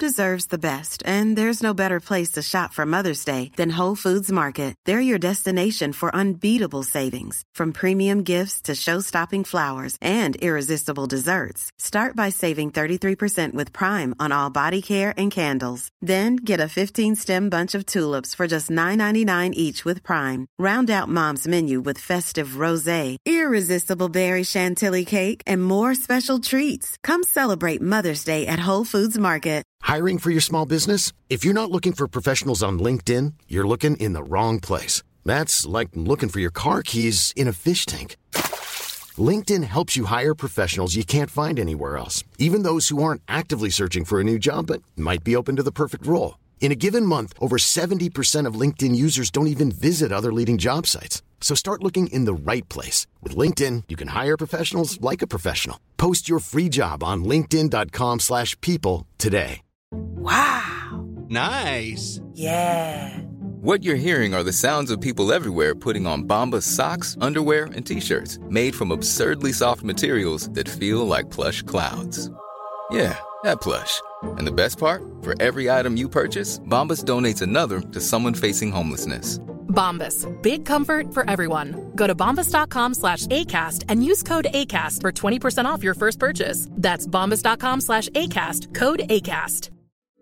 deserves the best, and there's no better place to shop for Mother's Day than Whole Foods Market. They're your destination for unbeatable savings, from premium gifts to show-stopping flowers and irresistible desserts. Start by saving 33% with Prime on all body care and candles. Then get a 15-stem bunch of tulips for just $9.99 each with Prime. Round out Mom's menu with festive rosé, irresistible berry chantilly cake, and more special treats. Come celebrate Mother's Day at Whole Foods Market. Hiring for your small business? If you're not looking for professionals on LinkedIn, you're looking in the wrong place. That's like looking for your car keys in a fish tank. LinkedIn helps you hire professionals you can't find anywhere else, even those who aren't actively searching for a new job but might be open to the perfect role. In a given month, over 70% of LinkedIn users don't even visit other leading job sites. So start looking in the right place. With LinkedIn, you can hire professionals like a professional. Post your free job on linkedin.com/people today. Wow. Nice. Yeah. What you're hearing are the sounds of people everywhere putting on Bombas socks, underwear, and T-shirts made from absurdly soft materials that feel like plush clouds. Yeah, that plush. And the best part? For every item you purchase, Bombas donates another to someone facing homelessness. Bombas. Big comfort for everyone. Go to bombas.com/ACAST and use code ACAST for 20% off your first purchase. That's bombas.com/ACAST. Code ACAST.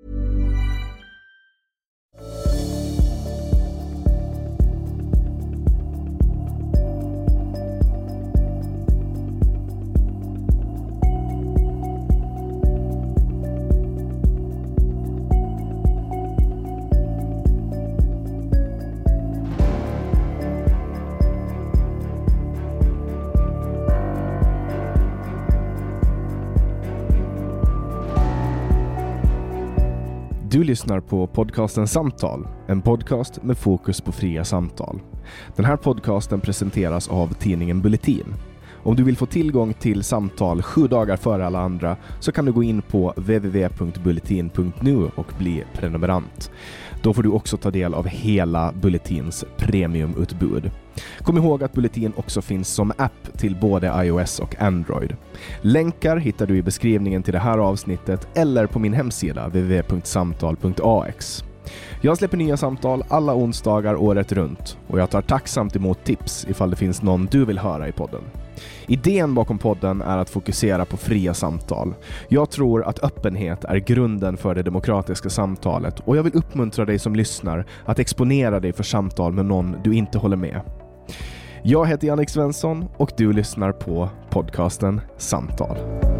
Du lyssnar på podcasten Samtal, en podcast med fokus på fria samtal. Den här podcasten presenteras av tidningen Bulletin. Om du vill få tillgång till samtal 7 dagar före alla andra så kan du gå in på www.bulletin.nu och bli prenumerant. Då får du också ta del av hela Bulletins premiumutbud. Kom ihåg att Bulletin också finns som app till både iOS och Android. Länkar hittar du i beskrivningen till det här avsnittet eller på min hemsida www.samtal.ax. Jag släpper nya samtal alla onsdagar året runt och jag tar tacksamt emot tips ifall det finns någon du vill höra i podden. Idén bakom podden är att fokusera på fria samtal. Jag tror att öppenhet är grunden för det demokratiska samtalet och jag vill uppmuntra dig som lyssnar att exponera dig för samtal med någon du inte håller med. Jag heter Jannik Svensson och du lyssnar på podcasten Samtal.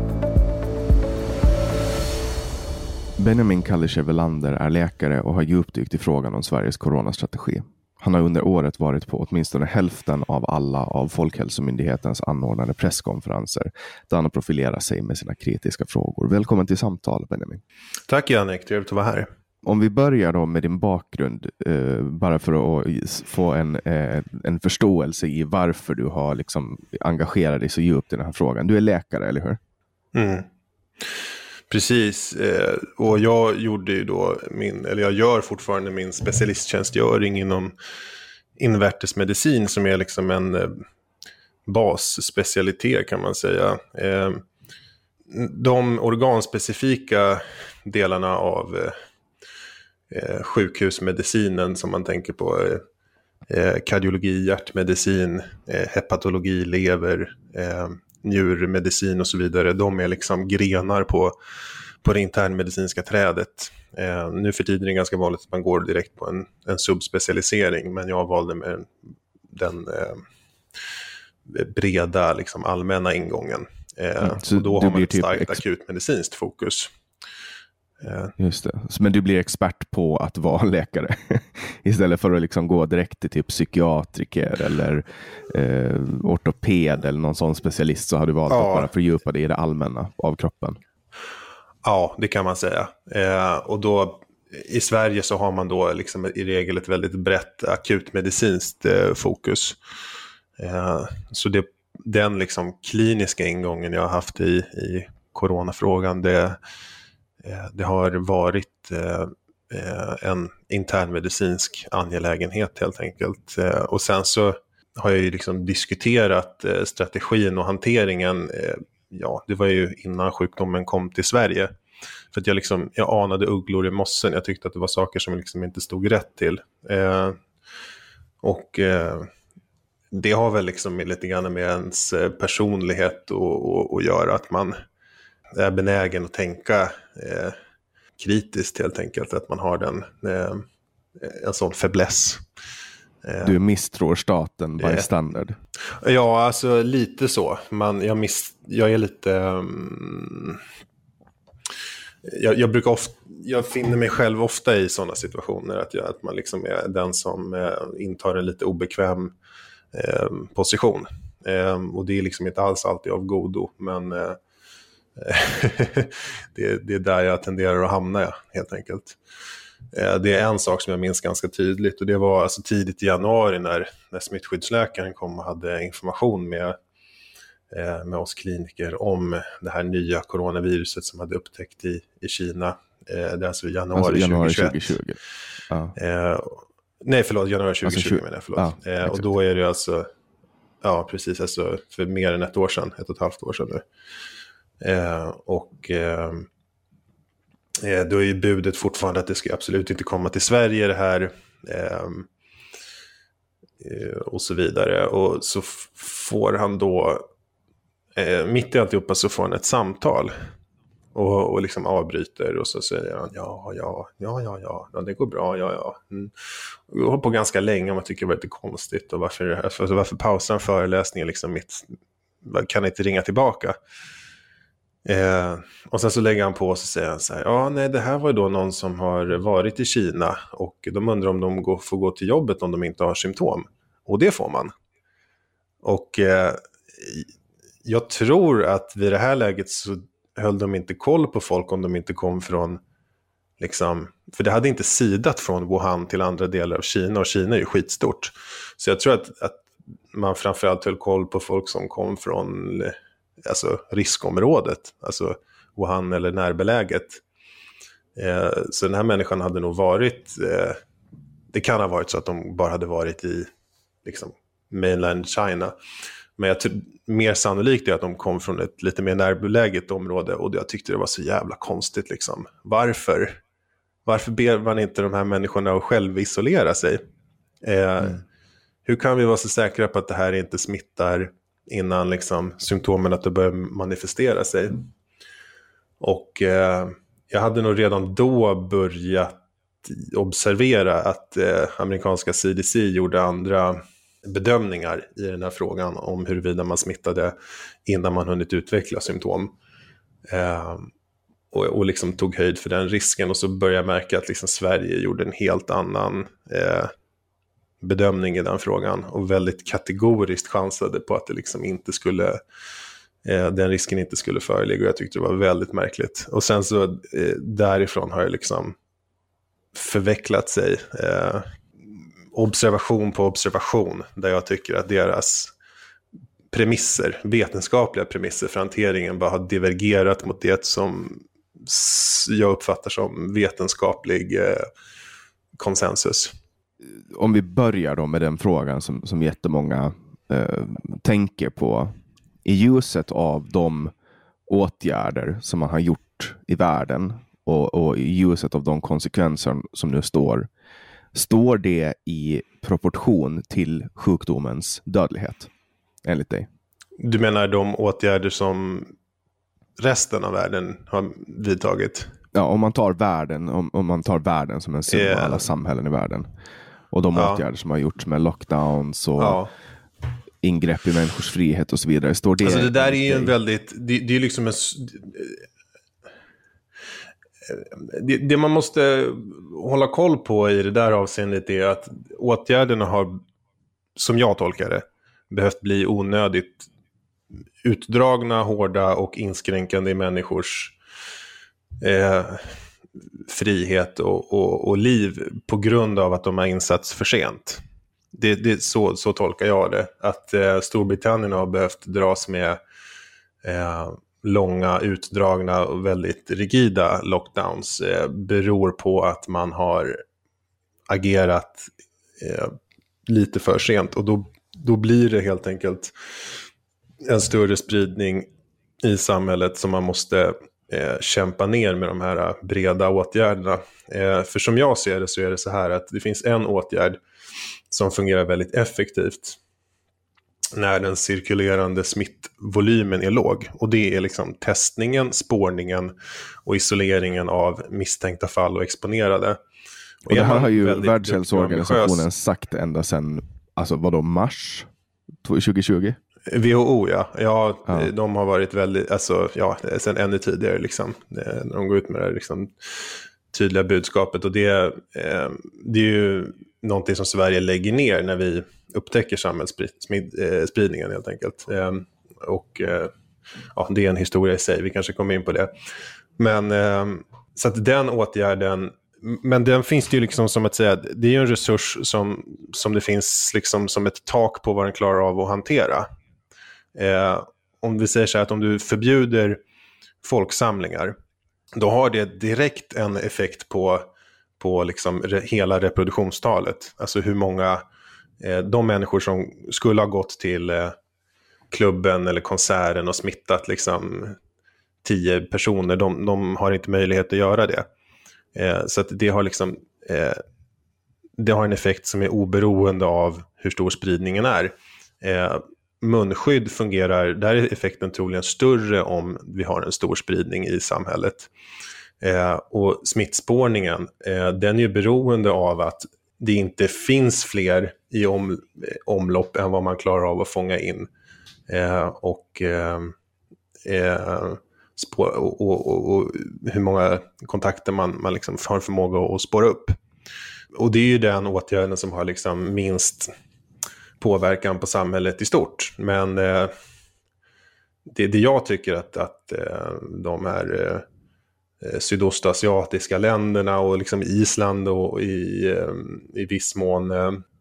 Benjamin Kallischer-Welander är läkare och har djupdykt i frågan om Sveriges coronastrategi. Han har under året varit på åtminstone hälften av alla av Folkhälsomyndighetens anordnade presskonferenser där han profilerar sig med sina kritiska frågor. Välkommen till Samtal, Benjamin. Tack Jannik, trevligt att vara här. Om vi börjar då med din bakgrund, bara för att få en förståelse i varför du har liksom engagerat dig så djupt i den här frågan. Du är läkare, eller hur? Mm. Precis, och jag gjorde ju då jag gör fortfarande min specialisttjänstgöring inom invärtesmedicin som är liksom en basspecialitet kan man säga. De organspecifika delarna av sjukhusmedicinen som man tänker på, kardiologi, hjärtmedicin, hepatologi, lever, njurmedicin och så vidare, de är liksom grenar på det internmedicinska trädet. Nu för tiden är det ganska vanligt att man går direkt på en subspecialisering, men jag valde med den breda liksom allmänna ingången. Så då har man ett starkt akutmedicinskt fokus. Just det. Men du blir expert på att vara läkare istället för att liksom gå direkt till typ psykiatriker eller ortoped eller någon sån specialist, så har du valt att bara fördjupa dig i det allmänna av kroppen. Ja, det kan man säga. Och då i Sverige så har man då liksom i regel ett väldigt brett akutmedicinskt fokus. Så den liksom kliniska ingången jag har haft i coronafrågan, det har varit en internmedicinsk angelägenhet helt enkelt. Och sen så har jag ju liksom diskuterat strategin och hanteringen. Det var ju innan sjukdomen kom till Sverige. För att jag anade ugglor i mossen. Jag tyckte att det var saker som liksom inte stod rätt till. Det har väl liksom lite grann med ens personlighet och göra, att man är benägen att tänka kritiskt helt enkelt, att man har en sån fäbless. Du misstror staten by standard. Ja, alltså lite så. Jag är lite... Jag finner mig själv ofta i sådana situationer att man liksom är den som intar en lite obekväm position. Och det är liksom inte alls alltid av godo, men det är där jag tenderar att hamna, helt enkelt. Det är en sak som jag minns ganska tydligt, och det var alltså tidigt i januari när smittskyddsläkaren kom och hade information med oss kliniker om det här nya coronaviruset som hade upptäckt i Kina. Det är alltså januari 2020. Ja. Nej, förlåt, januari 2020 menar jag, förlåt. Ja, och då är det alltså, ja precis, alltså för mer än 1 och ett halvt år sedan nu. Då är ju budet fortfarande att det ska absolut inte komma till Sverige det här, och så vidare. Och så får han då mitt i alltihopa så får han ett samtal och liksom avbryter, och så säger han ja, det går bra, Vi håller på ganska länge, och man tycker det var lite konstigt, och varför pausar han föreläsningen liksom kan inte ringa tillbaka. Och sen så lägger han på och så säger han så här: det här var då någon som har varit i Kina, och de undrar om de får gå till jobbet om de inte har symptom, och det får man. Och jag tror att vid det här läget så höll de inte koll på folk om de inte kom från liksom, för det hade inte sidat från Wuhan till andra delar av Kina, och Kina är ju skitstort. Så jag tror att man framförallt höll koll på folk som kom från alltså riskområdet, alltså Wuhan eller närbeläget. Så den här människan hade nog varit, det kan ha varit så att de bara hade varit i liksom mainland China. Men jag tror mer sannolikt är att de kom från ett lite mer närbeläget område, och jag tyckte det var så jävla konstigt liksom. Varför ber man inte de här människorna att själv isolera sig? Hur kan vi vara så säkra på att det här inte smittar innan liksom symptomen att det börjar manifestera sig? Och jag hade nog redan då börjat observera att amerikanska CDC gjorde andra bedömningar i den här frågan om huruvida man smittade innan man hunnit utveckla symptom, och liksom tog höjd för den risken. Och så började jag märka att liksom Sverige gjorde en helt annan bedömning i den frågan, och väldigt kategoriskt chansade på att det liksom inte skulle, den risken inte skulle föreligga, och jag tyckte det var väldigt märkligt. Och sen så därifrån har jag liksom förvecklat sig observation på observation, där jag tycker att deras premisser, vetenskapliga premisser för hanteringen, bara har divergerat mot det som jag uppfattar som vetenskaplig konsensus. Om vi börjar då med den frågan som jättemånga tänker på, i ljuset av de åtgärder som man har gjort i världen, och i ljuset av de konsekvenser som nu står det i proportion till sjukdomens dödlighet, enligt dig? Du menar de åtgärder som resten av världen har vidtagit? Ja, om man tar världen som en summa av alla samhällen i världen. Och de åtgärder som har gjorts med lockdowns och ingrepp i människors frihet och så vidare. Står det, alltså det där är ju en väldigt... Det är liksom en... Det man måste hålla koll på i det där avseendet är att åtgärderna har, som jag tolkar det, behövt bli onödigt utdragna, hårda och inskränkande i människors frihet och liv på grund av att de har insatts för sent. Så tolkar jag det. Att Storbritannien har behövt dras med långa, utdragna och väldigt rigida lockdowns beror på att man har agerat lite för sent, och då blir det helt enkelt en större spridning i samhället som man måste kämpa ner med de här breda åtgärderna. För som jag ser det så är det så här att det finns en åtgärd som fungerar väldigt effektivt när den cirkulerande smittvolymen är låg. Och det är liksom testningen, spårningen och isoleringen av misstänkta fall och exponerade. Och det här har ju Världshälsoorganisationen sagt ända sedan, alltså vadå, mars 2020? WHO, ja. De har varit väldigt, alltså sen ännu tidigare liksom, när de går ut med det här liksom tydliga budskapet. Och det är ju någonting som Sverige lägger ner när vi upptäcker samhällsspridningen helt enkelt. Det är en historia i sig, vi kanske kommer in på det. Men så att den åtgärden, men den finns det ju liksom som att säga, det är ju en resurs som det finns liksom som ett tak på vad den klarar av att hantera. Om vi säger så här att om du förbjuder folksamlingar, då har det direkt en effekt på liksom hela reproduktionstalet. Alltså hur många de människor som skulle ha gått till klubben eller konserten och smittat liksom 10 personer, de har inte möjlighet att göra det. Så att det har liksom det har en effekt som är oberoende av hur stor spridningen är. Munskydd fungerar, där är effekten troligen större om vi har en stor spridning i samhället. Och smittspårningen, den är ju beroende av att det inte finns fler i omlopp än vad man klarar av att fånga in. Och hur många kontakter man liksom har förmåga att spåra upp. Och det är ju den åtgärden som har liksom minst påverkan på samhället i stort. Men det jag tycker att de här sydostasiatiska länderna och liksom Island och i viss mån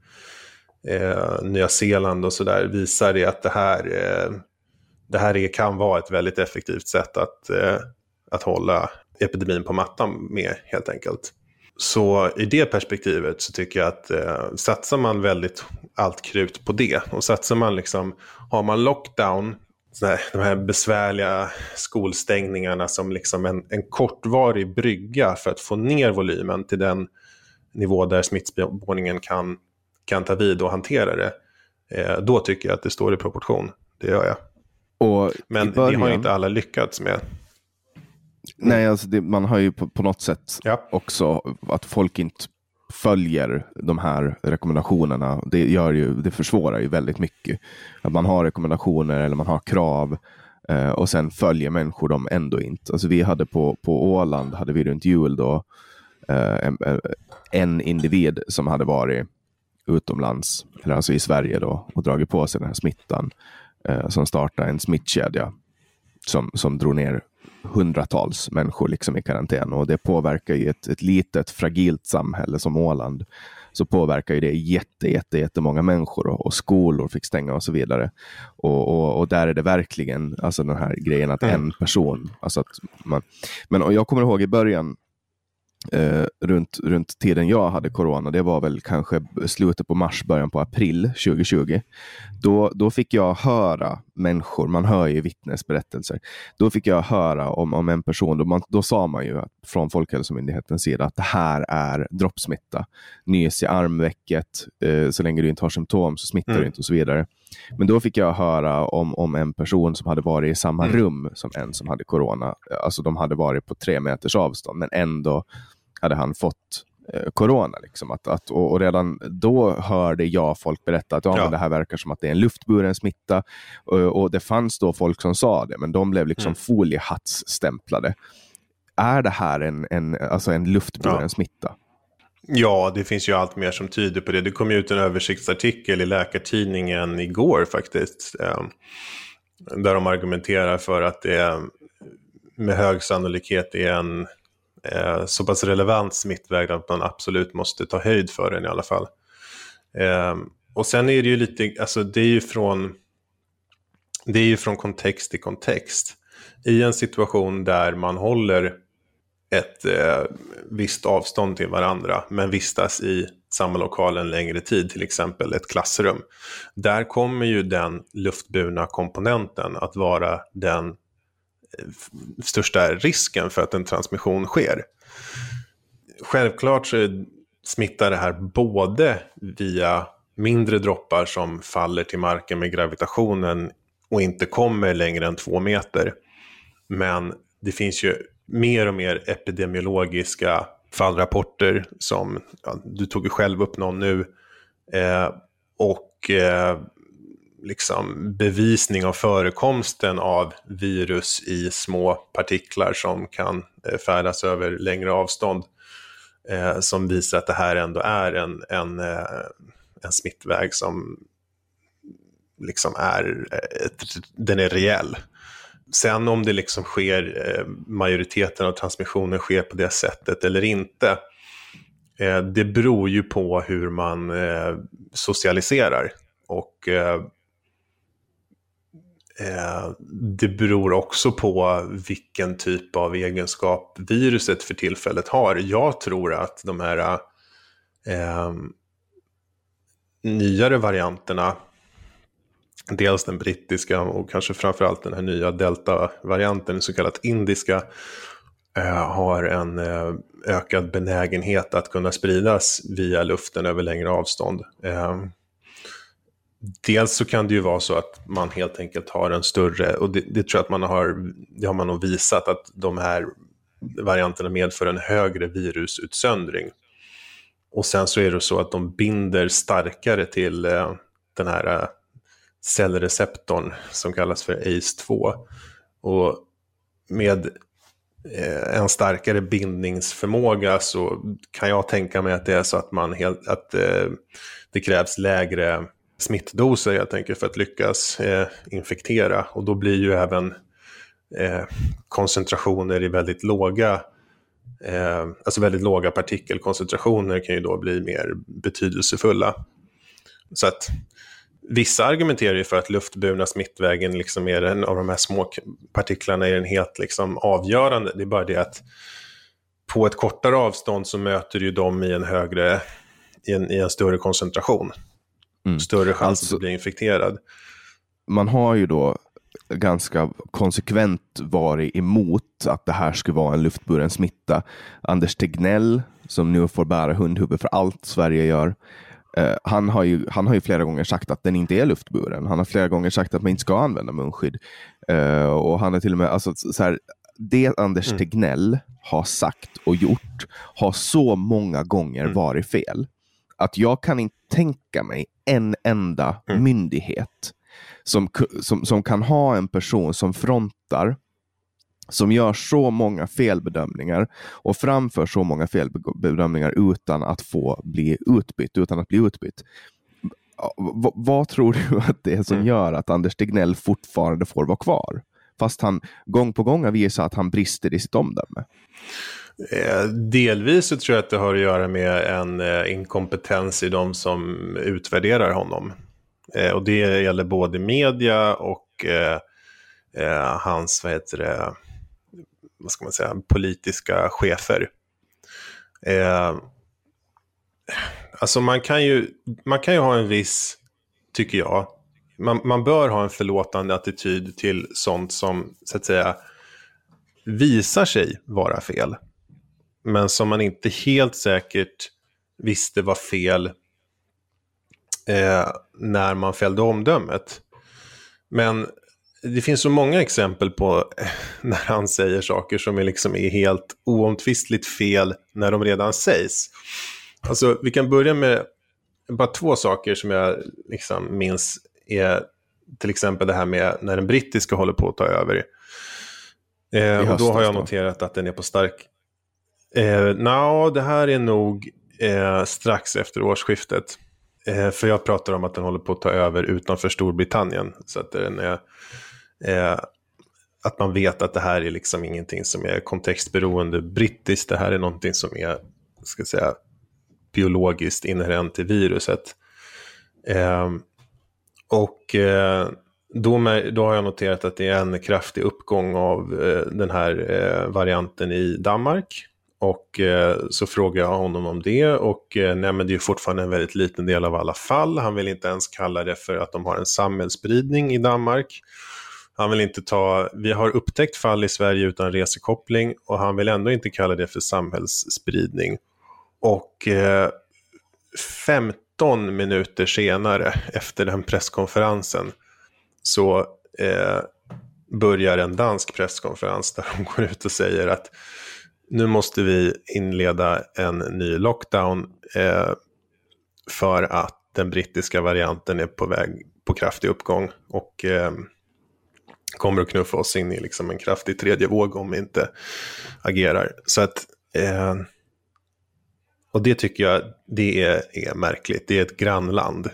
Nya Zeeland och sådär visar det att det här kan vara ett väldigt effektivt sätt att hålla epidemin på mattan med, helt enkelt. Så i det perspektivet så tycker jag att satsar man väldigt allt krut på det och satsar man liksom, har man lockdown, de här besvärliga skolstängningarna som liksom en kortvarig brygga för att få ner volymen till den nivå där smittspårningen kan ta vid och hantera det, då tycker jag att det står i proportion. Det gör jag. Men det har inte alla lyckats med. Nej, alltså man har ju på något sätt också att folk inte följer de här rekommendationerna. Det försvårar ju väldigt mycket. Att man har rekommendationer eller man har krav och sen följer människor dem ändå inte. Alltså vi hade på Åland hade vi runt jul då en individ som hade varit utomlands, eller alltså i Sverige då, och dragit på sig den här smittan som startade en smittkedja som drog ner hundratals människor liksom i karantän, och det påverkar ju ett litet fragilt samhälle som Åland, så påverkar ju det jättemånga människor och skolor fick stänga och så vidare, och där är det verkligen alltså den här grejen att en person, alltså att men jag kommer ihåg i början runt tiden jag hade corona, det var väl kanske slutet på mars, början på april 2020, då fick jag höra människor, man hör ju vittnesberättelser, då fick jag höra om en person, då sa man ju att, från Folkhälsomyndighetens sida, att det här är droppsmitta, nys i armvecket, så länge du inte har symptom så smittar du inte och så vidare. Men då fick jag höra om en person som hade varit i samma rum som en som hade corona. Alltså de hade varit på 3 meters avstånd, men ändå hade han fått corona. Liksom. Och redan då hörde jag folk berätta att men det här verkar som att det är en luftburen smitta. Och det fanns då folk som sa det, men de blev liksom foliehattsstämplade. Är det här en luftburen smitta? Ja, det finns ju allt mer som tyder på det. Det kom ut en översiktsartikel i Läkartidningen igår faktiskt. Där de argumenterar för att det med hög sannolikhet är en så pass relevant smittväg att man absolut måste ta höjd för den i alla fall. Och sen är det ju lite, alltså det är ju från kontext till kontext. I en situation där man håller ett visst avstånd till varandra men vistas i samma lokal en längre tid, till exempel ett klassrum, där kommer ju den luftburna komponenten att vara den största risken för att en transmission sker. Självklart så smittar det här både via mindre droppar som faller till marken med gravitationen och inte kommer längre än 2 meter. Men det finns ju mer och mer epidemiologiska fallrapporter som, du tog ju själv upp någon nu, och liksom bevisning av förekomsten av virus i små partiklar som kan färdas över längre avstånd, som visar att det här ändå är en smittväg som liksom den är reell. Sen om det liksom sker, majoriteten av transmissionen sker på det sättet eller inte, det beror ju på hur man socialiserar, och det beror också på vilken typ av egenskap viruset för tillfället har. Jag tror att de här nyare varianterna, dels den brittiska och kanske framförallt den här nya delta-varianten, så kallat indiska, har en ökad benägenhet att kunna spridas via luften över längre avstånd. Dels så kan det ju vara så att man helt enkelt har en större, och det tror jag att det har man nog visat, att de här varianterna medför en högre virusutsöndring. Och sen så är det så att de binder starkare till den här cellreceptorn som kallas för ACE2. Och med en starkare bindningsförmåga så kan jag tänka mig att det är så att det krävs lägre smittdoser, jag tänker, för att lyckas infektera. Och då blir ju även koncentrationer i väldigt låga partikelkoncentrationer kan ju då bli mer betydelsefulla. Så att vissa argumenterar ju för att luftburna smittvägen liksom är en av de här små partiklarna är den helt liksom avgörande. Det är bara det att på ett kortare avstånd så möter ju de i en större koncentration. Större chans att bli infekterad. Man har ju då ganska konsekvent varit emot att det här skulle vara en luftburen smitta. Anders Tegnell, som nu får bära hundhuvud för allt Sverige gör, han har ju flera gånger sagt att den inte är luftburen. Han har flera gånger sagt att man inte ska använda munskydd. Och han är till och med, alltså, så här, det Anders Tegnell har sagt och gjort har så många gånger varit fel att jag kan inte tänka mig en enda myndighet som kan ha en person som frontar, som gör så många felbedömningar och framför så många felbedömningar utan att bli utbytt. Vad tror du att det är som gör att Anders Tegnell fortfarande får vara kvar? Fast han gång på gång har visat att han brister i sitt omdöme. Delvis så tror jag att det har att göra med en inkompetens i de som utvärderar honom. Och det gäller både media och hans, politiska chefer. Alltså man kan ju ha en viss, tycker jag, man bör ha en förlåtande attityd till sånt som så att säga visar sig vara fel, men som man inte helt säkert visste var fel när man fällde omdömet. Men det finns så många exempel på när han säger saker som är helt oomtvistligt fel när de redan sägs. Alltså vi kan börja med bara 2 saker som jag liksom minns är till exempel det här med när den brittiska håller på att ta över. Och då har jag noterat att den är på stark. Det här är nog strax efter årsskiftet. För jag pratar om att den håller på att ta över utanför Storbritannien. Så att den är att man vet att det här är liksom ingenting som är kontextberoende brittiskt. Det här är någonting som är, ska jag säga, biologiskt inherent till viruset. Då har jag noterat att det är en kraftig uppgång av den här varianten i Danmark. Och så frågar jag honom om det, och nej, men det är fortfarande en väldigt liten del av alla fall. Han vill inte ens kalla det för att de har en samhällsspridning i Danmark. Han vill inte vi har upptäckt fall i Sverige utan resekoppling och han vill ändå inte kalla det för samhällsspridning. Och 15 minuter senare efter den presskonferensen så börjar en dansk presskonferens där de går ut och säger att nu måste vi inleda en ny lockdown för att den brittiska varianten är på väg på kraftig uppgång och kommer att knuffa oss in i liksom en kraftig tredje våg om vi inte agerar. Så att och det tycker jag det är märkligt. Det är ett grannland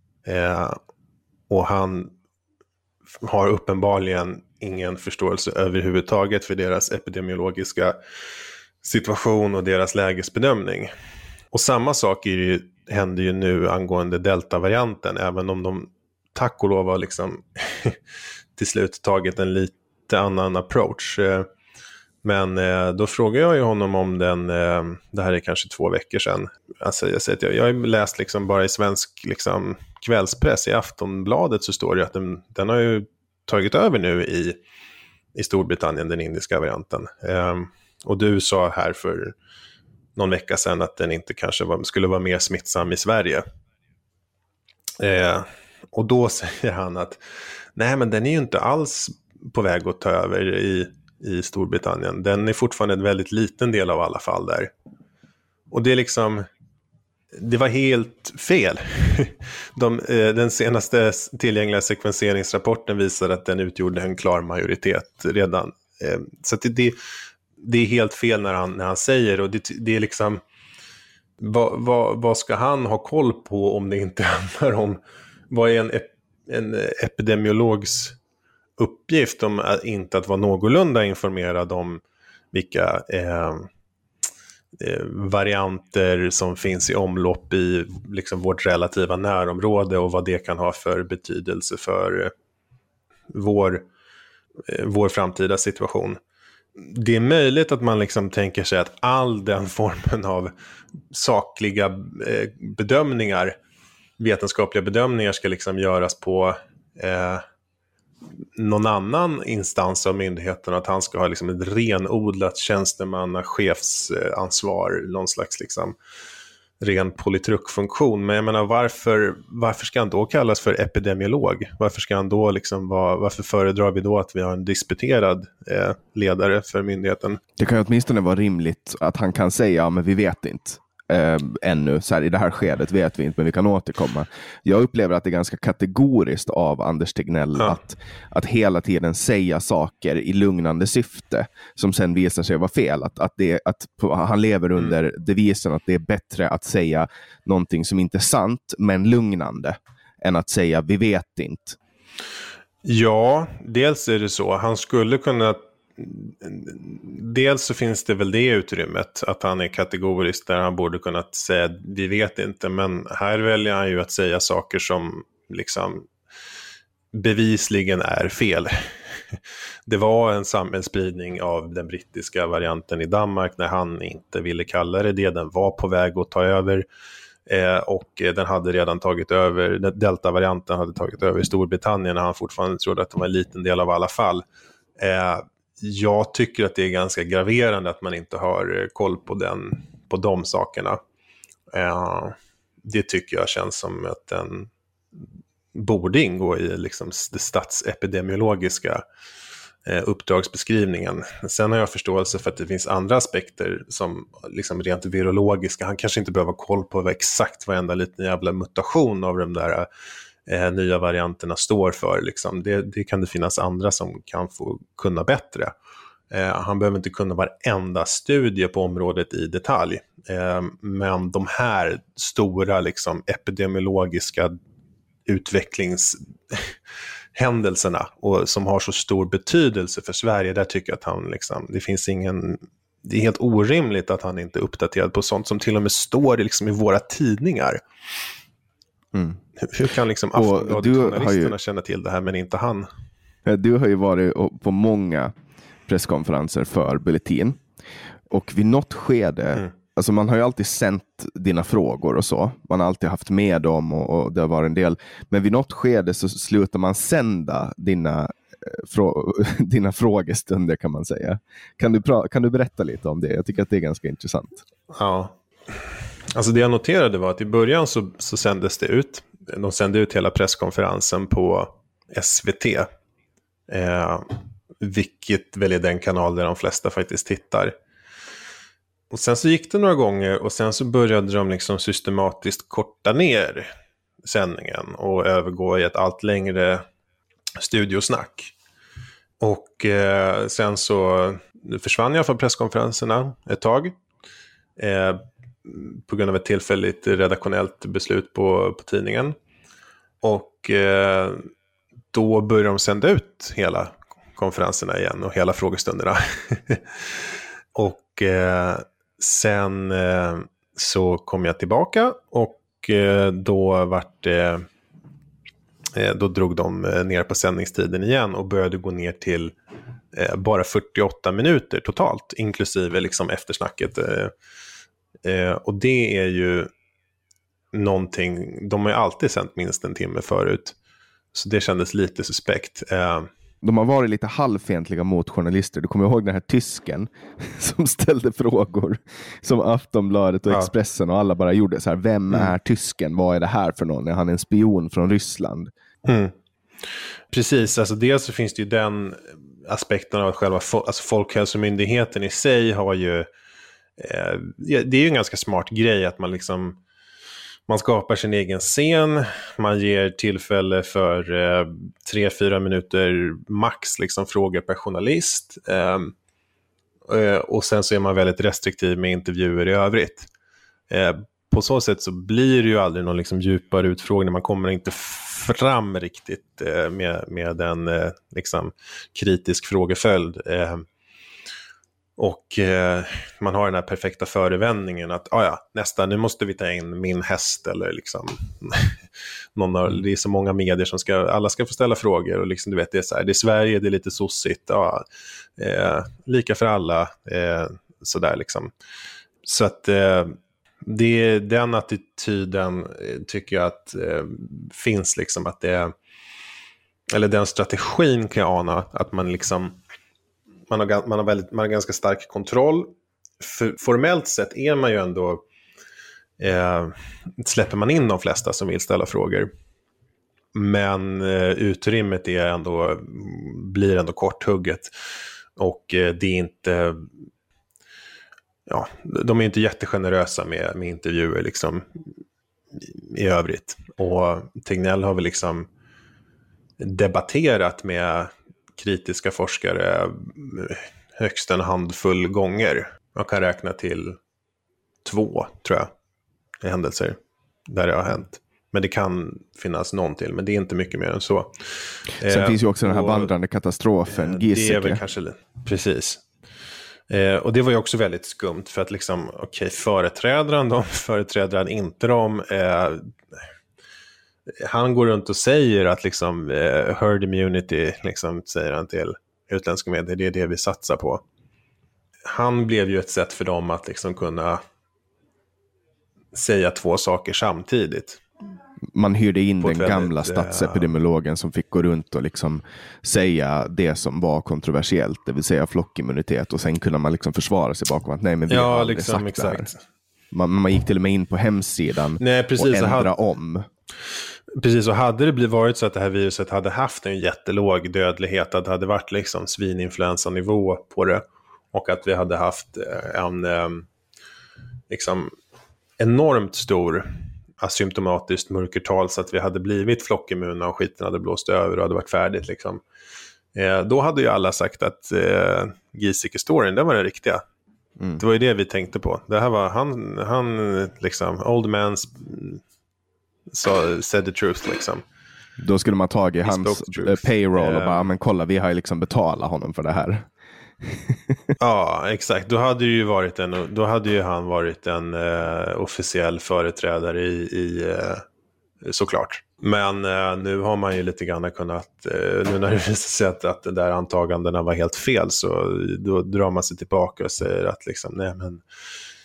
och han har uppenbarligen ingen förståelse överhuvudtaget för deras epidemiologiska situation och deras lägesbedömning. Och samma sak händer ju nu angående delta-varianten, även om de tack och lov har liksom till slut tagit en lite annan approach. Men då frågar jag ju honom om det här är kanske 2 veckor sedan. Alltså jag har läst liksom bara i svensk liksom kvällspress, i Aftonbladet så står det att den har ju tagit över nu i Storbritannien, den indiska varianten. Och du sa här för någon vecka sedan att den inte kanske skulle vara mer smittsam i Sverige. Och då säger han att nej, men den är ju inte alls på väg att ta över i Storbritannien. Den är fortfarande en väldigt liten del av alla fall där. Och det är liksom, det var helt fel. Den senaste tillgängliga sekvenseringsrapporten visar att den utgjorde en klar majoritet redan. Så att det är helt fel när han säger, och det är liksom vad ska han ha koll på om det inte handlar om vad är en epidemiologs uppgift om inte att vara någorlunda informerad om vilka varianter som finns i omlopp i liksom vårt relativa närområde och vad det kan ha för betydelse för vår framtida situation. Det är möjligt att man liksom tänker sig att all den formen av sakliga bedömningar, vetenskapliga bedömningar ska liksom göras på någon annan instans av myndigheten, att han ska ha liksom ett renodlat tjänstemanna-chefsansvar, någon slags liksom ren politruckfunktion. Men jag menar, varför ska han då kallas för epidemiolog? Varför ska han då liksom varför föredrar vi då att vi har en disputerad ledare för myndigheten? Det kan ju åtminstone vara rimligt att han kan säga, ja, men vi vet inte. Ännu, så här, i det här skedet vet vi inte, men vi kan återkomma. Jag upplever att det är ganska kategoriskt av Anders Tegnell att hela tiden säga saker i lugnande syfte som sen visar sig vara fel. Han lever under devisen att det är bättre att säga någonting som inte är sant men lugnande än att säga vi vet inte. Ja, dels är det så. Han skulle kunna, dels så finns det väl det utrymmet att han är kategorisk där han borde kunna säga vi vet inte, men här väljer han ju att säga saker som liksom bevisligen är fel. Det var en samhällsspridning av den brittiska varianten i Danmark när han inte ville kalla det. Den var på väg att ta över och den hade redan tagit över, delta-varianten hade tagit över i Storbritannien när han fortfarande trodde att det var en liten del av alla fall. Jag tycker att det är ganska graverande att man inte har koll på de sakerna. Det tycker jag känns som att den borde ingå i liksom det statsepidemiologiska uppdragsbeskrivningen. Sen har jag förståelse för att det finns andra aspekter som liksom rent virologiska. Han kanske inte behöver ha koll på exakt varenda liten jävla mutation av de där nya varianterna står för. Liksom. Det kan det finnas andra som kan få kunna bättre. Han behöver inte kunna varenda studie på området i detalj. Men de här stora liksom, epidemiologiska utvecklingshändelserna och som har så stor betydelse för Sverige, där tycker jag att han liksom, det är helt orimligt att han inte är uppdaterad på sånt som till och med står liksom i våra tidningar. Mm. Hur kan liksom Aftonbladet-journalisterna känna till det här men inte han? Du har ju varit på många presskonferenser för Bulletin och vid något skede alltså man har ju alltid sänt dina frågor och så. Man har alltid haft med dem och det har varit en del. Men vid något skede så slutar man sända dina dina frågestunder kan man säga. Kan du berätta lite om det? Jag tycker att det är ganska intressant. Ja, alltså det jag noterade var att i början så sändes det ut. De sände ut hela presskonferensen på SVT. Vilket väl är den kanal där de flesta faktiskt tittar. Och sen så gick det några gånger och sen så började de liksom systematiskt korta ner sändningen och övergå i ett allt längre studiosnack. Och sen så försvann jag från presskonferenserna ett tag. På grund av ett tillfälligt redaktionellt beslut på tidningen. Och då började de sända ut hela konferenserna igen och hela frågestunderna. Och sen så kom jag tillbaka och då drog de ner på sändningstiden igen och började gå ner till bara 48 minuter totalt, inklusive liksom eftersnacket. Och det är ju någonting, de har ju alltid sänt minst en timme förut. Så det kändes lite suspekt. De har varit lite halvfientliga mot journalister. Du kommer ihåg den här tysken som ställde frågor som Aftonbladet och Expressen och alla bara gjorde så här: vem är tysken? Vad är det här för någon? Är han en spion från Ryssland? Precis, alltså dels så finns det ju den aspekten av själva alltså Folkhälsomyndigheten i sig har ju det är ju en ganska smart grej att man skapar sin egen scen, man ger tillfälle för 3-4 minuter max liksom frågor per journalist och sen så är man väldigt restriktiv med intervjuer i övrigt. På så sätt så blir det ju aldrig någon liksom djupare utfrågning, man kommer inte fram riktigt med en liksom kritisk frågeföljd. Och man har den här perfekta förevändningen att nästa, nu måste vi ta in min häst eller liksom det är så många medier som alla ska få ställa frågor och liksom, du vet, det är så här, det är Sverige, det är lite sossigt, lika för alla, så där liksom. Så att den attityden tycker jag att finns liksom, att eller den strategin kan jag ana att man liksom man har ganska stark kontroll. Formellt sett är man ju ändå släpper man in de flesta som vill ställa frågor. Men utrymmet blir ändå korthugget. Och det är inte de är inte jättegenerösa med intervjuer liksom i övrigt. Och Tegnell har väl liksom debatterat med kritiska forskare högst en handfull gånger. Jag kan räkna till 2, tror jag, i händelser där det har hänt. Men det kan finnas någon till, men det är inte mycket mer än så. Sen finns ju också den här vandrande katastrofen, Giesecke. Det är väl kanske, precis. Och det var ju också väldigt skumt, för att liksom, företräder han inte dem. Han går runt och säger att liksom herd immunity, liksom, säger han till utländska medier, det är det vi satsar på. Han blev ju ett sätt för dem att liksom kunna säga 2 saker samtidigt. Man hyrde in den gamla statsepidemiologen som fick gå runt och liksom säga det som var kontroversiellt, det vill säga flockimmunitet, och sen kunde man liksom försvara sig bakom att nej, men vi har aldrig liksom, sagt exakt. Det här. Man gick till och med in på hemsidan och ändra om. Precis, och hade det varit så att det här viruset hade haft en jättelåg dödlighet, att det hade varit liksom svininfluensanivå på det, och att vi hade haft en liksom enormt stor asymptomatiskt mörkertal, så att vi hade blivit flockimmuna och skiten hade blåst över och hade varit färdigt liksom. Då hade ju alla sagt att Giesecke-storyn, det var den riktiga. Det var ju det vi tänkte på. Det här var han liksom, old man said the truth liksom. Då skulle man tagit i hans payroll och bara, men kolla, vi har ju liksom betalat honom för det här. Ja, exakt. Då hade ju han varit en officiell företrädare i såklart. Men nu har man ju lite grann kunnat, nu när det visar sig att det där antagandena var helt fel, så då drar man sig tillbaka och säger att liksom, nej men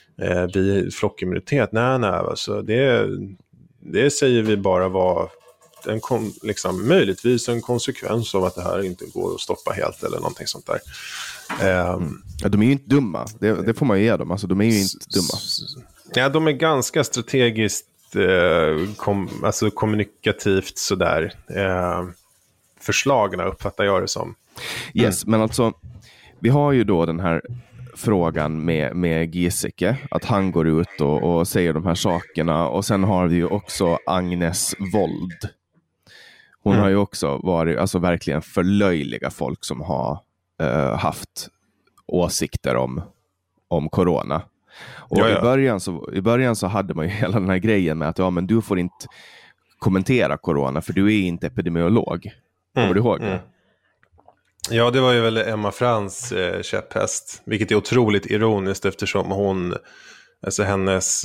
vi flockimmunitet, nej alltså det säger vi bara var liksom, möjligtvis en konsekvens av att det här inte går att stoppa helt eller någonting sånt där. Ja, de är ju inte dumma. Det får man ju ge dem. Alltså, de är ju inte dumma. Ja, de är ganska strategiskt alltså kommunikativt sådär förslagna, uppfattar jag det som. Yes, men alltså vi har ju då den här frågan med Giesecke, att han går ut och säger de här sakerna, och sen har vi ju också Agnes Wold. Hon har ju också varit, alltså verkligen förlöjliga folk som har haft åsikter om corona. Och ja. I början så hade man ju hela den här grejen med att men du får inte kommentera corona för du är inte epidemiolog. Kommer du ihåg det? Ja, det var ju väl Emma Frans käpphäst, vilket är otroligt ironiskt eftersom hon, alltså hennes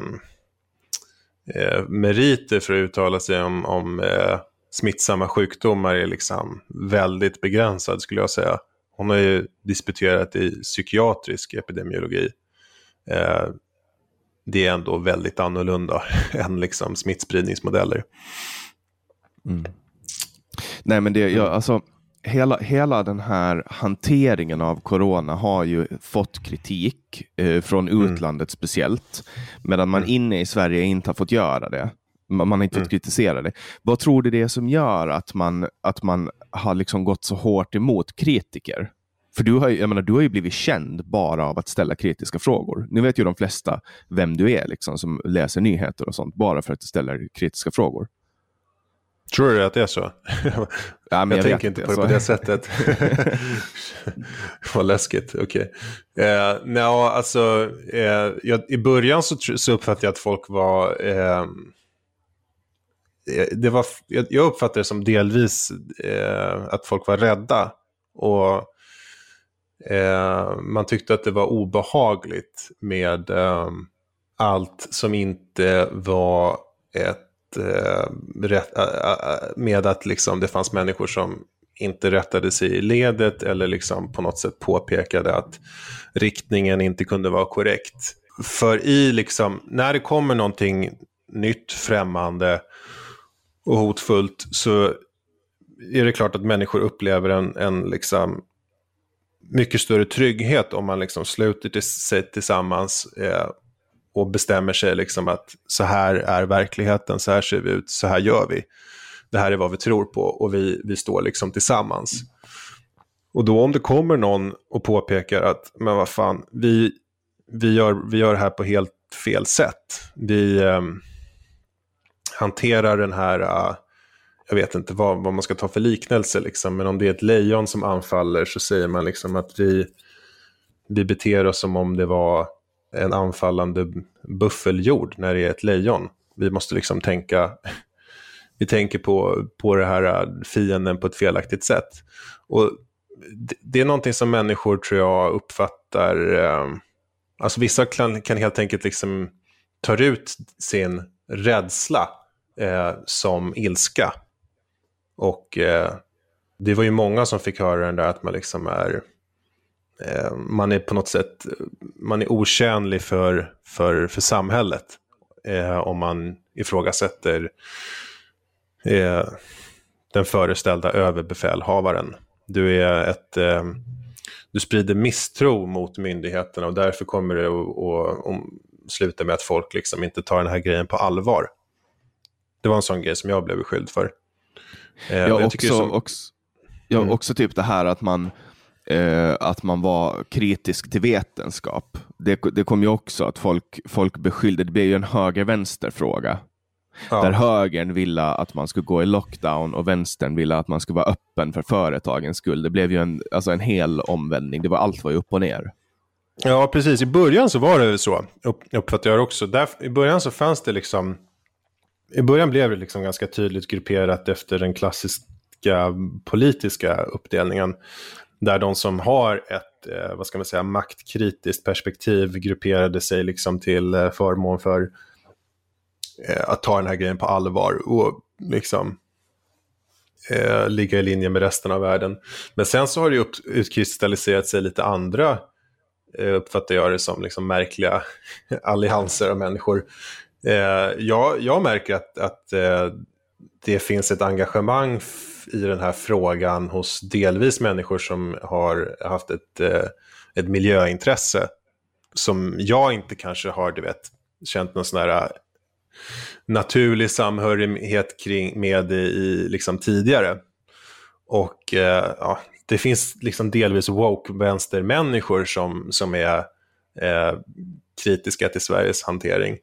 meriter för att uttala sig om smittsamma sjukdomar är liksom väldigt begränsad, skulle jag säga. Hon har ju disputerat i psykiatrisk epidemiologi. Det är ändå väldigt annorlunda än liksom smittspridningsmodeller. Nej, men alltså hela den här hanteringen av corona har ju fått kritik från utlandet speciellt, medan man inne i Sverige inte har fått göra det. Man har inte fått kritisera det. Vad tror du det är som gör att man har liksom gått så hårt emot kritiker? För du har ju blivit känd bara av att ställa kritiska frågor. Nu vet ju de flesta vem du är liksom, som läser nyheter och sånt, bara för att du ställer kritiska frågor. Tror du att det är så? Ja, men jag tänker inte på det sättet. Vad läskigt, okej. I början så uppfattade jag att folk var... jag uppfattade det som delvis att folk var rädda. Och man tyckte att det var obehagligt med allt som inte var med att liksom det fanns människor som inte rättade sig i ledet eller liksom på något sätt påpekade att riktningen inte kunde vara korrekt. För när det kommer någonting nytt, främmande och hotfullt, så är det klart att människor upplever en liksom mycket större trygghet om man liksom sluter sig tillsammans och bestämmer sig liksom att så här är verkligheten, så här ser vi ut, så här gör vi. Det här är vad vi tror på och vi står liksom tillsammans. Och då om det kommer någon och påpekar att men vad fan, vi gör det här på helt fel sätt. Vi hanterar den här, jag vet inte vad man ska ta för liknelse liksom, men om det är ett lejon som anfaller så säger man liksom att vi beter oss som om det var en anfallande buffeljord när det är ett lejon. Vi måste liksom vi tänker på det här fienden på ett felaktigt sätt. Och det är någonting som människor tror jag uppfattar, alltså vissa kan helt enkelt liksom ta ut sin rädsla som ilska. Och det var ju många som fick höra den där att man liksom man är på något sätt, man är otjänlig för samhället om man ifrågasätter den föreställda överbefälhavaren. Du sprider misstro mot myndigheterna och därför kommer det att sluta med att folk liksom inte tar den här grejen på allvar. Det var en sån grej som jag blev beskylld för. Också typ det här att man var kritisk till vetenskap. Det kom ju också att folk beskyllde, det blev ju en höger-vänster-fråga. Ja. Där högern ville att man skulle gå i lockdown och vänstern ville att man skulle vara öppen för företagens skull. Det blev ju en hel omvändning. Allt var ju upp och ner. Ja, precis. I början så var det så. Uppfattar jag också. I början så fanns det liksom... I början blev det liksom ganska tydligt grupperat efter den klassiska politiska uppdelningen. Där de som har ett, maktkritiskt perspektiv grupperade sig liksom till förmån för att ta den här grejen på allvar och liksom ligga i linje med resten av världen. Men sen så har det ju utkristalliserat sig lite andra, uppfattar jag det som, liksom märkliga allianser av människor. Jag märker att det finns ett engagemang i den här frågan hos delvis människor som har haft ett miljöintresse som jag inte kanske har, känt någon sån här naturlig samhörighet med i liksom tidigare. Och det finns liksom delvis woke-vänstermänniskor som är kritiska till Sveriges hantering.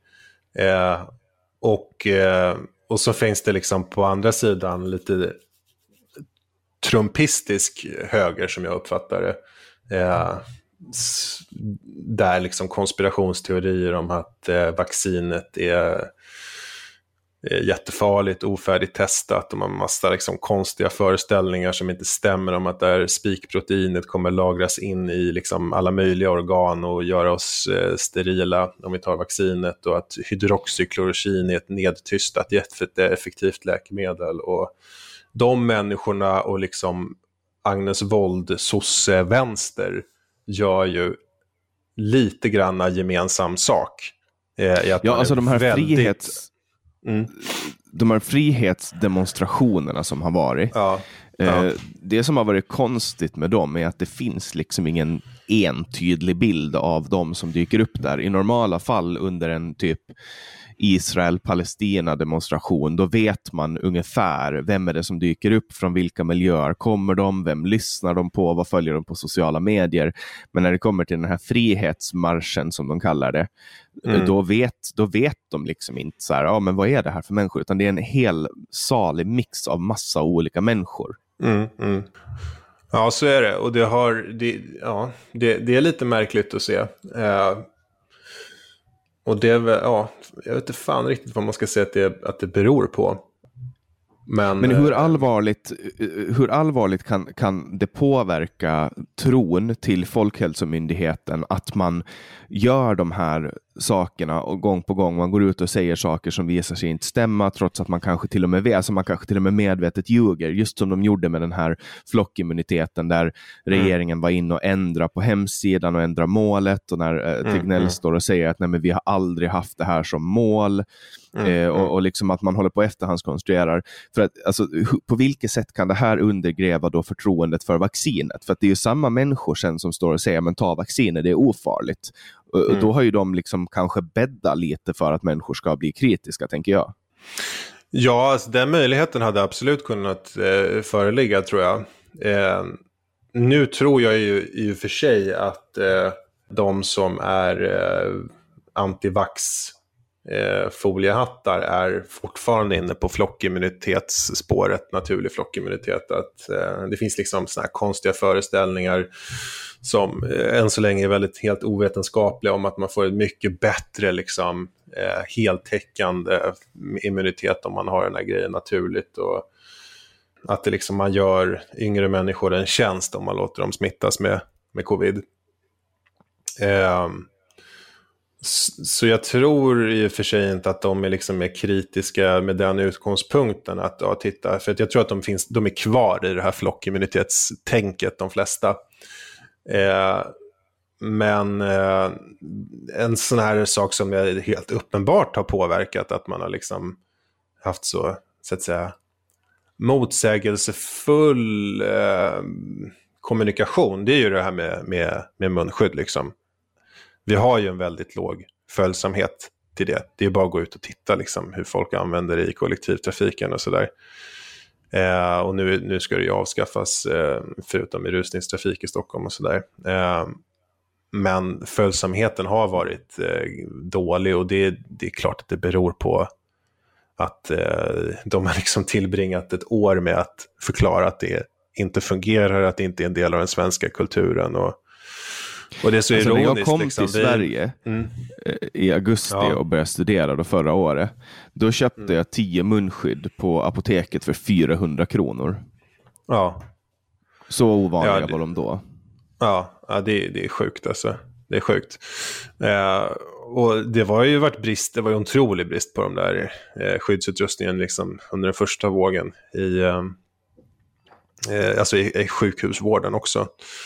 Och så finns det liksom på andra sidan lite trumpistisk höger som jag uppfattar det. Där liksom konspirationsteorier om att vaccinet är jättefarligt, ofärdigt testat, och man har massa liksom konstiga föreställningar som inte stämmer om att där spikproteinet kommer lagras in i liksom alla möjliga organ och göra oss sterila om vi tar vaccinet, och att hydroxyklorokin är ett nedtystat jätteeffektivt läkemedel. Och de människorna och liksom Agnes Wold sosse-vänster gör ju lite granna gemensam sak. I att alltså de här de här frihetsdemonstrationerna som har varit. Det som har varit konstigt med dem är att det finns liksom ingen entydlig bild av dem som dyker upp där. I normala fall under en typ Israel-Palestina-demonstration, då vet man ungefär vem är det som dyker upp, från vilka miljöer kommer de, vem lyssnar de på, vad följer de på sociala medier. Men när det kommer till den här frihetsmarschen som de kallar det, då vet de liksom inte så här, men vad är det här för människor, utan det är en hel salig mix av massa olika människor. Ja, så är det. Och det är lite märkligt att se. Och det är väl, jag vet inte fan riktigt vad man ska säga att det beror på. Men hur allvarligt kan det påverka tron till Folkhälsomyndigheten att man gör de här sakerna och gång på gång man går ut och säger saker som visar sig inte stämma, trots att man kanske till och med vet, man kanske till och med medvetet ljuger, just som de gjorde med den här flockimmuniteten där regeringen var in och ändrade på hemsidan och ändrade målet, och när Tegnell står och säger att nej, men vi har aldrig haft det här som mål. Och liksom att man håller på efterhandskonstruerar. För att, alltså, på vilket sätt kan det här undergräva då förtroendet för vaccinet? För att det är ju samma människor sen som står och säger men ta vacciner, det är ofarligt. Och då har ju de liksom kanske bäddat lite för att människor ska bli kritiska, tänker jag. Ja, alltså, den möjligheten hade absolut kunnat föreligga, tror jag. Nu tror jag ju i och för sig att de som är antivax foliehattar är fortfarande inne på flockimmunitetsspåret, naturlig flockimmunitet. Att det finns liksom såna här konstiga föreställningar som än så länge är väldigt helt ovetenskapliga, om att man får ett mycket bättre liksom heltäckande immunitet om man har den här grejen naturligt, och att det liksom, man gör yngre människor en tjänst om man låter dem smittas med covid. Så jag tror i och för sig inte att de är liksom mer kritiska med den utgångspunkten att titta, för att jag tror att de är kvar i det här flockimmunitetstänket, de flesta. Men en sån här sak som jag helt uppenbart har påverkat, att man har liksom haft så att säga motsägelsefull kommunikation, det är ju det här med munskydd liksom. Vi har ju en väldigt låg följsamhet till det. Det är bara att gå ut och titta liksom, hur folk använder det i kollektivtrafiken och sådär. Och nu ska det ju avskaffas, förutom i rusningstrafik i Stockholm och sådär. Men följsamheten har varit dålig, och det är klart att det beror på att de har liksom tillbringat ett år med att förklara att det inte fungerar, att det inte är en del av den svenska kulturen, och det är så ironiskt. När jag kom liksom, till Sverige i augusti och började studera då förra året, då köpte jag 10 munskydd på apoteket för 400 kronor. Ja. Så ovanliga var de då. Ja, det är sjukt alltså. Det är sjukt. Och det var ju det var ju en otrolig brist på de där skyddsutrustningen liksom under den första vågen i sjukhusvården också.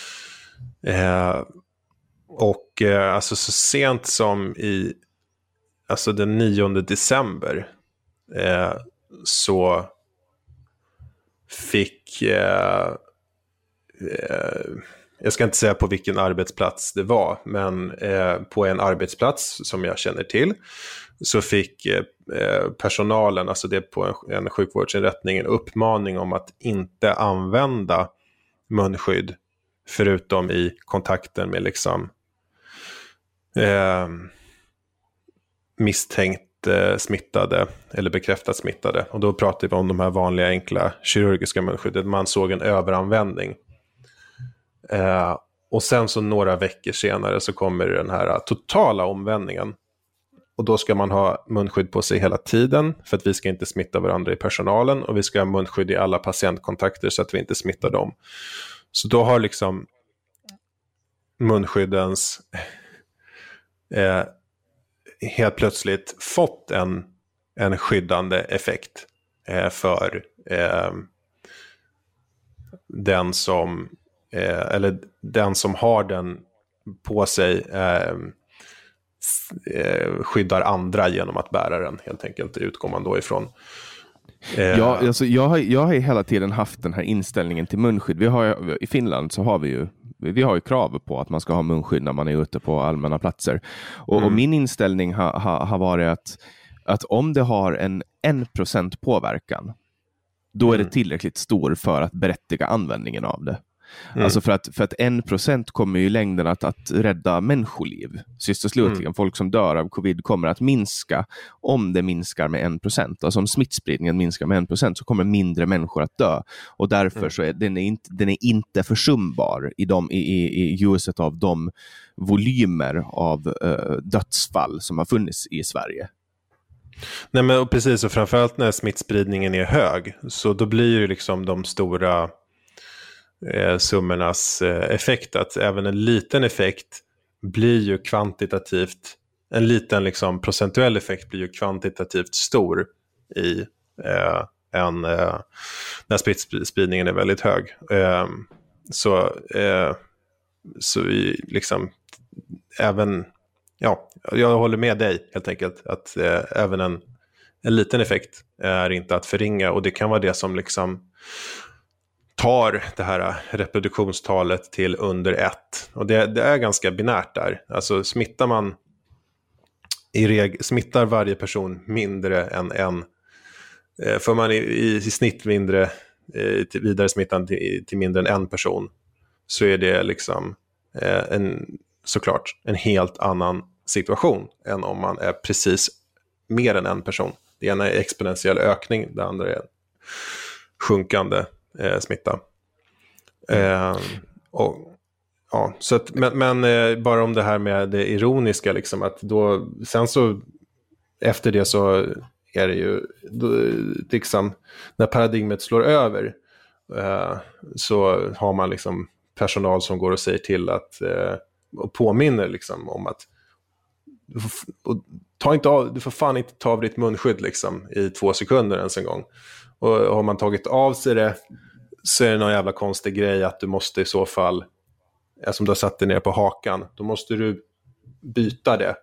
Och alltså så sent som den 9 december så fick, jag ska inte säga på vilken arbetsplats det var, men på en arbetsplats som jag känner till så fick personalen, alltså det på en sjukvårdsinrättning, en uppmaning om att inte använda munskydd förutom i kontakten med liksom misstänkt smittade eller bekräftat smittade. Och då pratar vi om de här vanliga enkla kirurgiska munskydden. Man såg en överanvändning. Och sen så några veckor senare så kommer den här totala omvändningen. Och då ska man ha munskydd på sig hela tiden för att vi ska inte smitta varandra i personalen, och vi ska ha munskydd i alla patientkontakter så att vi inte smittar dem. Så då har liksom munskyddens helt plötsligt fått en skyddande effekt för den som har den på sig skyddar andra genom att bära den, helt enkelt. Det utgår man då ifrån. Ja, alltså jag har ju hela tiden haft den här inställningen till munskydd. I Finland så har vi har ju krav på att man ska ha munskydd när man är ute på allmänna platser. Och min inställning har varit att om det har en 1% påverkan, då är det tillräckligt stor för att berättiga användningen av det. Alltså för att 1% kommer ju i längden att rädda människoliv. Sist och slutligen, folk som dör av covid kommer att minska om det minskar med 1%. Alltså om smittspridningen minskar med 1% så kommer mindre människor att dö. Och därför så är den är inte försumbar i ljuset av de volymer av dödsfall som har funnits i Sverige. Nej, men precis, och framförallt när smittspridningen är hög, så då blir ju liksom de stora summornas effekt, att även en liten effekt blir ju kvantitativt, en liten liksom procentuell effekt blir ju kvantitativt stor i när smittspridningen är väldigt hög. Så vi liksom även, ja, jag håller med dig helt enkelt, att även en liten effekt är inte att förringa, och det kan vara det som liksom tar det här reproduktionstalet till under 1. Och det är ganska binärt där. Alltså smittar varje person mindre än en, för man i snitt mindre vidare smittan till mindre än en person, så är det liksom såklart en helt annan situation än om man är precis mer än en person. Det ena är exponentiell ökning, det andra är sjunkande smitta. Och ja, så att, men bara om det här med det ironiska liksom, att då sen så efter det så är det ju då, liksom, när paradigmet slår över så har man liksom personal som går och säger till att och påminner liksom om att du får fan inte ta av ditt munskydd liksom i 2 sekunder ens en gång. Och har man tagit av sig det, så är det någon jävla konstig grej att du måste i så fall, som du har satt dig ner på hakan, då måste du byta det.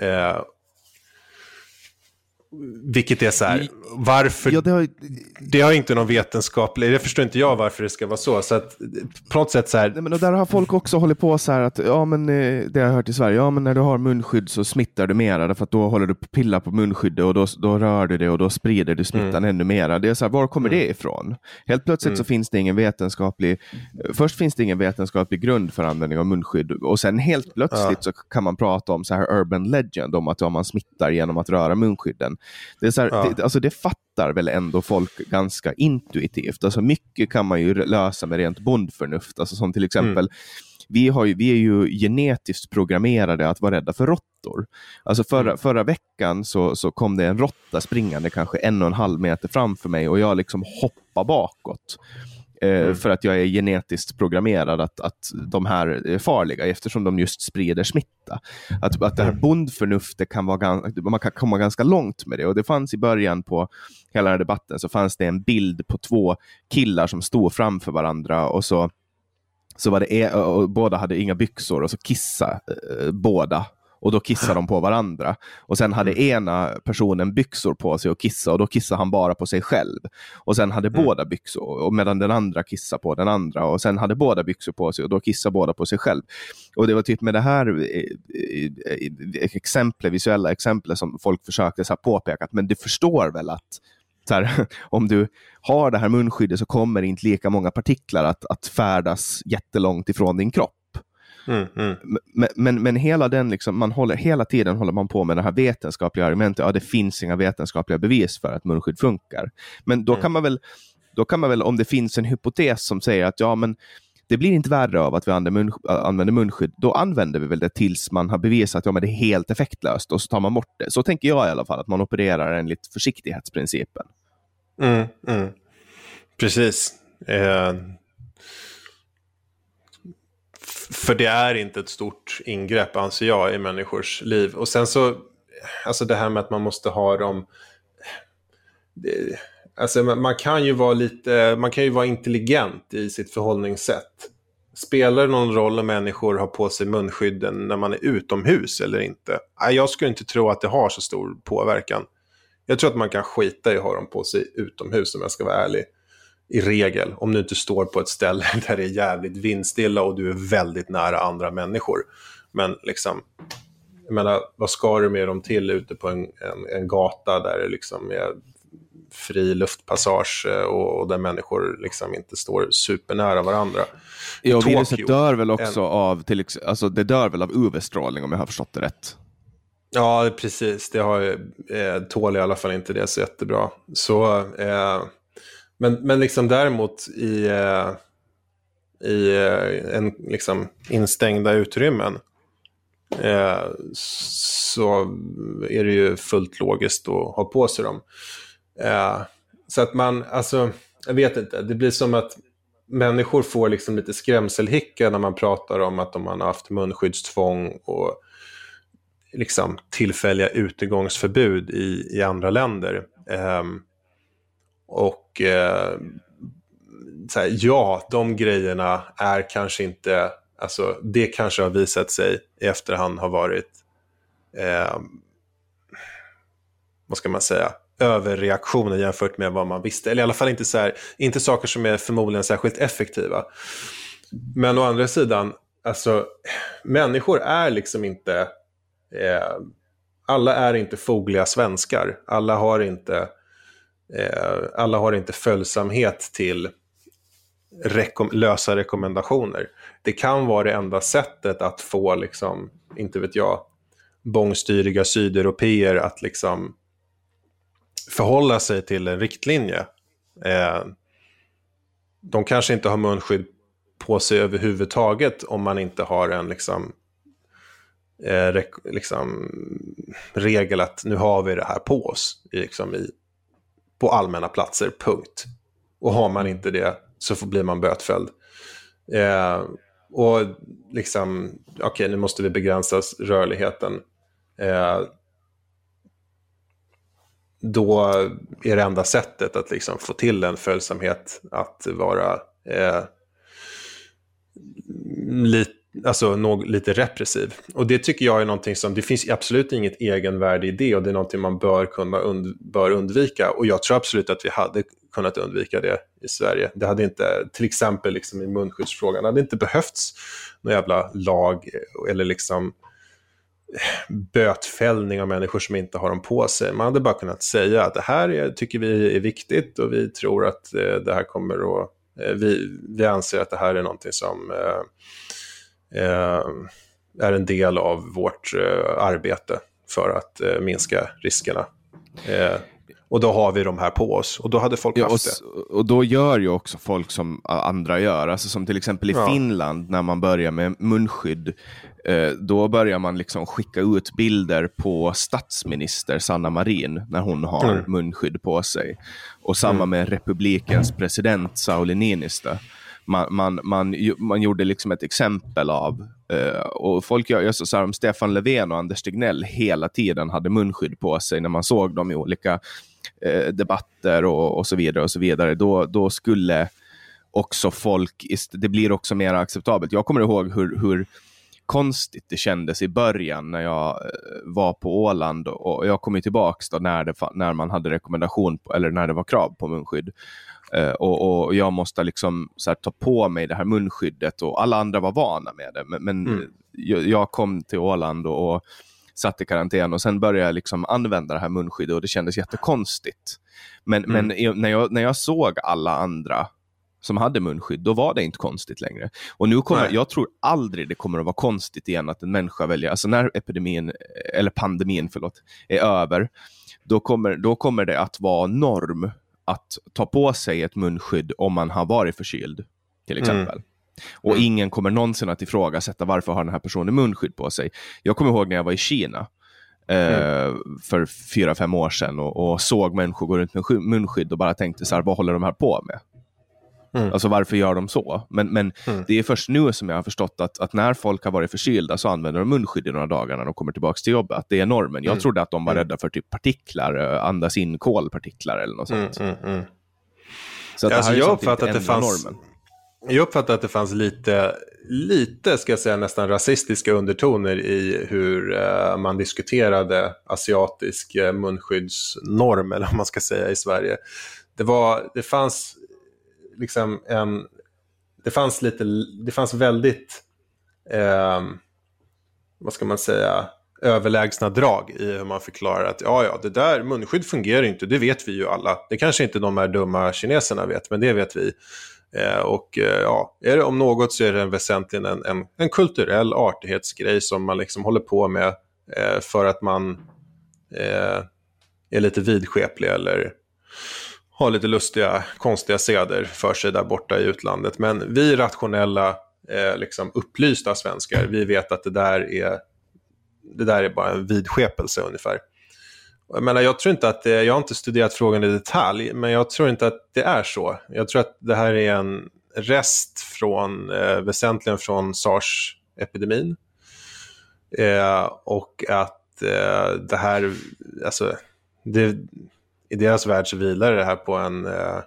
Vilket är så här, varför? Ja, det har inte någon vetenskaplig, det förstår inte jag varför det ska vara så. Så att på något sätt så här. Nej, men där har folk också hållit på så här att, ja men det har jag hört i Sverige, ja men när du har munskydd så smittar du mera, därför att då håller du på att pilla på munskyddet och då rör du det och då sprider du smittan ännu mera. Det är så här, var kommer det ifrån? Helt plötsligt så finns det ingen vetenskaplig, först finns det ingen vetenskaplig grund för användning av munskydd, och sen helt plötsligt så kan man prata om så här urban legend om att man smittar genom att röra munskydden. Det är så här, alltså det fattar väl ändå folk ganska intuitivt. Alltså mycket kan man ju lösa med rent bondförnuft. Alltså som till exempel, vi är ju genetiskt programmerade att vara rädda för råttor. Alltså förra veckan så kom det en råtta springande kanske 1,5 meter framför mig, och jag liksom hoppar bakåt. För att jag är genetiskt programmerad att de här är farliga, eftersom de just sprider smitta. Att det här bondförnuftet man kan komma ganska långt med det. Och det fanns i början på hela den här debatten, så fanns det en bild på 2 killar som stod framför varandra, och så var det och båda hade inga byxor, och så kissade båda. och då kissade de på varandra. Och sen hade ena personen byxor på sig och kissade, och då kissade han bara på sig själv. Och sen hade båda byxor, och medan den andra kissade på den andra, och sen hade båda byxor på sig och då kissade båda på sig själv. Och det var typ med det här visuella exempel som folk försökte så här påpeka, men du förstår väl att så här, om du har det här munskyddet så kommer inte lika många partiklar att färdas jättelångt ifrån din kropp. Men hela den liksom, hela tiden håller man på med det här vetenskapliga argumentet. Ja, det finns inga vetenskapliga bevis för att munskydd funkar. Men då kan man väl, om det finns en hypotes som säger att ja, men det blir inte värre av att vi använder munskydd, då använder vi väl det tills man har bevisat att ja, men det är helt effektlöst, och så tar man bort det. Så tänker jag i alla fall, att man opererar enligt försiktighetsprincipen. Precis. För det är inte ett stort ingrepp, anser jag, i människors liv. Och sen så, alltså det här med att man måste ha dem... Alltså man kan ju vara intelligent i sitt förhållningssätt. Spelar det någon roll om människor har på sig munskydden när man är utomhus eller inte? Jag skulle inte tro att det har så stor påverkan. Jag tror att man kan skita i att ha dem på sig utomhus, om jag ska vara ärlig. I regel, om du inte står på ett ställe där det är jävligt vindstilla och du är väldigt nära andra människor. Men liksom, jag menar, vad ska du med dem till ute på en gata där det liksom är fri luftpassage och där människor liksom inte står supernära varandra. Ja, viruset dör väl också det dör väl av UV-strålning, om jag har förstått det rätt. Ja, precis. Det tål i alla fall inte det så jättebra. Så, men liksom däremot i en liksom instängda utrymmen så är det ju fullt logiskt att ha på sig dem. Så att man, alltså, jag vet inte, det blir som att människor får liksom lite skrämselhicka när man pratar om att man har haft munskyddstvång och liksom tillfälliga utegångsförbud i andra länder. Så här, ja, de grejerna är kanske inte, alltså det kanske har visat sig i efterhand har varit vad ska man säga, överreaktioner jämfört med vad man visste, eller i alla fall inte så här, inte saker som är förmodligen särskilt effektiva. Men å andra sidan, alltså människor är liksom inte alla är inte fogliga svenskar. Alla har inte följsamhet till lösa rekommendationer. Det kan vara det enda sättet att få liksom, inte vet jag, bångstyriga sydeuropeer att liksom förhålla sig till en riktlinje. De kanske inte har munskydd på sig överhuvudtaget om man inte har en liksom regel att nu har vi det här på oss på allmänna platser, punkt. Och har man inte det så blir man bötfälld. Och liksom, okej, nu måste vi begränsa rörligheten. Då är det enda sättet att liksom få till en följsamhet att vara lite repressiv. Och det tycker jag är någonting som, det finns absolut inget egenvärde i det, och det är någonting man bör undvika. Och jag tror absolut att vi hade kunnat undvika det i Sverige. Det hade inte, till exempel liksom i munskyddsfrågan, hade inte behövts någon jävla lag eller liksom bötfällning av människor som inte har dem på sig. Man hade bara kunnat säga att det här tycker vi är viktigt, och vi tror att det här kommer att vi anser att det här är någonting som är en del av vårt arbete för att minska riskerna. Och då har vi de här på oss. Och då hade folk haft det. Och då gör ju också folk som andra gör. Alltså som till exempel i Finland, när man börjar med munskydd. Då börjar man liksom skicka ut bilder på statsminister Sanna Marin när hon har munskydd på sig. Och samma med republikens president Sauli Niinistö. Man gjorde liksom ett exempel av, och folk gör så här, om Stefan Löfven och Anders Tegnell hela tiden hade munskydd på sig när man såg dem i olika debatter och så vidare, då skulle också folk, det blir också mer acceptabelt. Jag kommer ihåg konstigt det kändes i början när jag var på Åland, och jag kom ju tillbaks då när man hade rekommendation på, eller när det var krav på munskydd. Och jag måste liksom så här, ta på mig det här munskyddet, och alla andra var vana med det. Men jag kom till Åland och satt i karantän, och sen började jag liksom använda det här munskyddet, och det kändes jättekonstigt. Men när jag såg alla andra som hade munskydd, då var det inte konstigt längre. Och nu jag tror aldrig det kommer att vara konstigt igen att en människa väljer, alltså när pandemin är över, då kommer det att vara norm att ta på sig ett munskydd om man har varit förkyld, till exempel. Och ingen kommer någonsin att ifrågasätta varför har den här personen munskydd på sig. Jag kommer ihåg när jag var i Kina för 4-5 år sedan och såg människor gå runt med munskydd och bara tänkte så här, vad håller de här på med? Alltså varför gör de så? Men det är först nu som jag har förstått att när folk har varit förkylda så använder de munskydd i några dagar när de kommer tillbaka till jobbet. Att det är normen. Jag trodde att de var rädda för typ partiklar, andas in kolpartiklar eller något sånt. Så att alltså, jag uppfattar att det fanns lite ska jag säga nästan rasistiska undertoner i hur man diskuterade asiatisk munskyddsnorm, eller vad man ska säga, i Sverige. Det fanns liksom det fanns väldigt vad ska man säga, överlägsna drag i hur man förklarar att ja, det där munskydd fungerar inte, det vet vi ju alla. Det kanske inte de här dumma kineserna vet, men det vet vi. Är det om något så är det väsentligen en kulturell artighetsgrej som man liksom håller på med för att man är lite vidskeplig eller har lite lustiga, konstiga seder för sig där borta i utlandet. Men vi rationella, liksom upplysta svenskar, vi vet att det där är bara en vidskepelse ungefär. Jag menar, jag tror inte att jag har inte studerat frågan i detalj, men jag tror inte att det är så. Jag tror att det här är en rest från väsentligen från SARS-epidemin. Och att det här, alltså i deras värld så vilar det här på en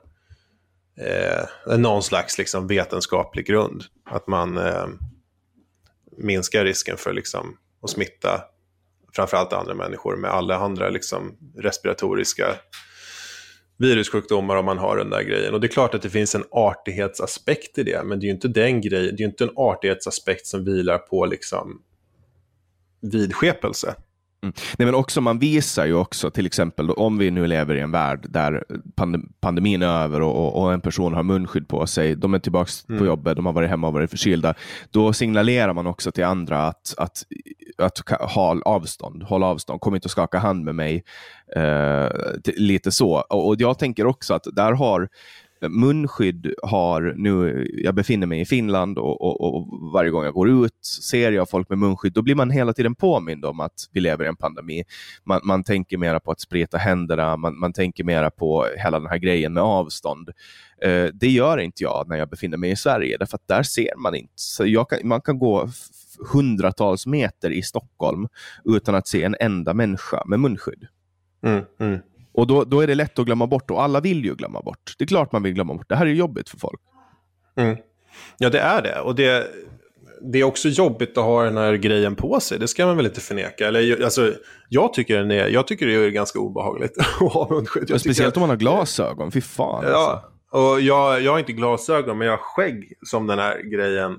någon slags liksom vetenskaplig grund. Att man minskar risken för liksom att smitta framförallt andra människor med alla andra liksom respiratoriska virussjukdomar om man har den där grejen. Och det är klart att det finns en artighetsaspekt i det, men det är ju inte den grejen, det är ju inte en artighetsaspekt som vilar på liksom vidskepelse. Nej, men också man visar ju också till exempel om vi nu lever i en värld där pandemin är över och en person har munskydd på sig, de är tillbaka på jobbet, de har varit hemma och varit förkylda, då signalerar man också till andra att håll avstånd, kom inte och skaka hand med mig, lite så. Och jag tänker också att där har munskydd nu, jag befinner mig i Finland och varje gång jag går ut ser jag folk med munskydd, då blir man hela tiden påmind om att vi lever i en pandemi. Man tänker mera på att spreta händerna, man tänker mera på hela den här grejen med avstånd. Det gör inte jag när jag befinner mig i Sverige, därför att där ser man inte. Så man kan gå hundratals meter i Stockholm utan att se en enda människa med munskydd. Och då är det lätt att glömma bort, och alla vill ju glömma bort. Det är klart man vill glömma bort. Det här är jobbigt för folk. Ja, det är det. Och det är också jobbigt att ha den här grejen på sig. Det ska man väl inte förneka. Eller, alltså, jag tycker det är ganska obehagligt att ha munskydd. Speciellt om man har glasögon. Fy fan. Ja, alltså. Och jag har inte glasögon, men jag har skägg som den här grejen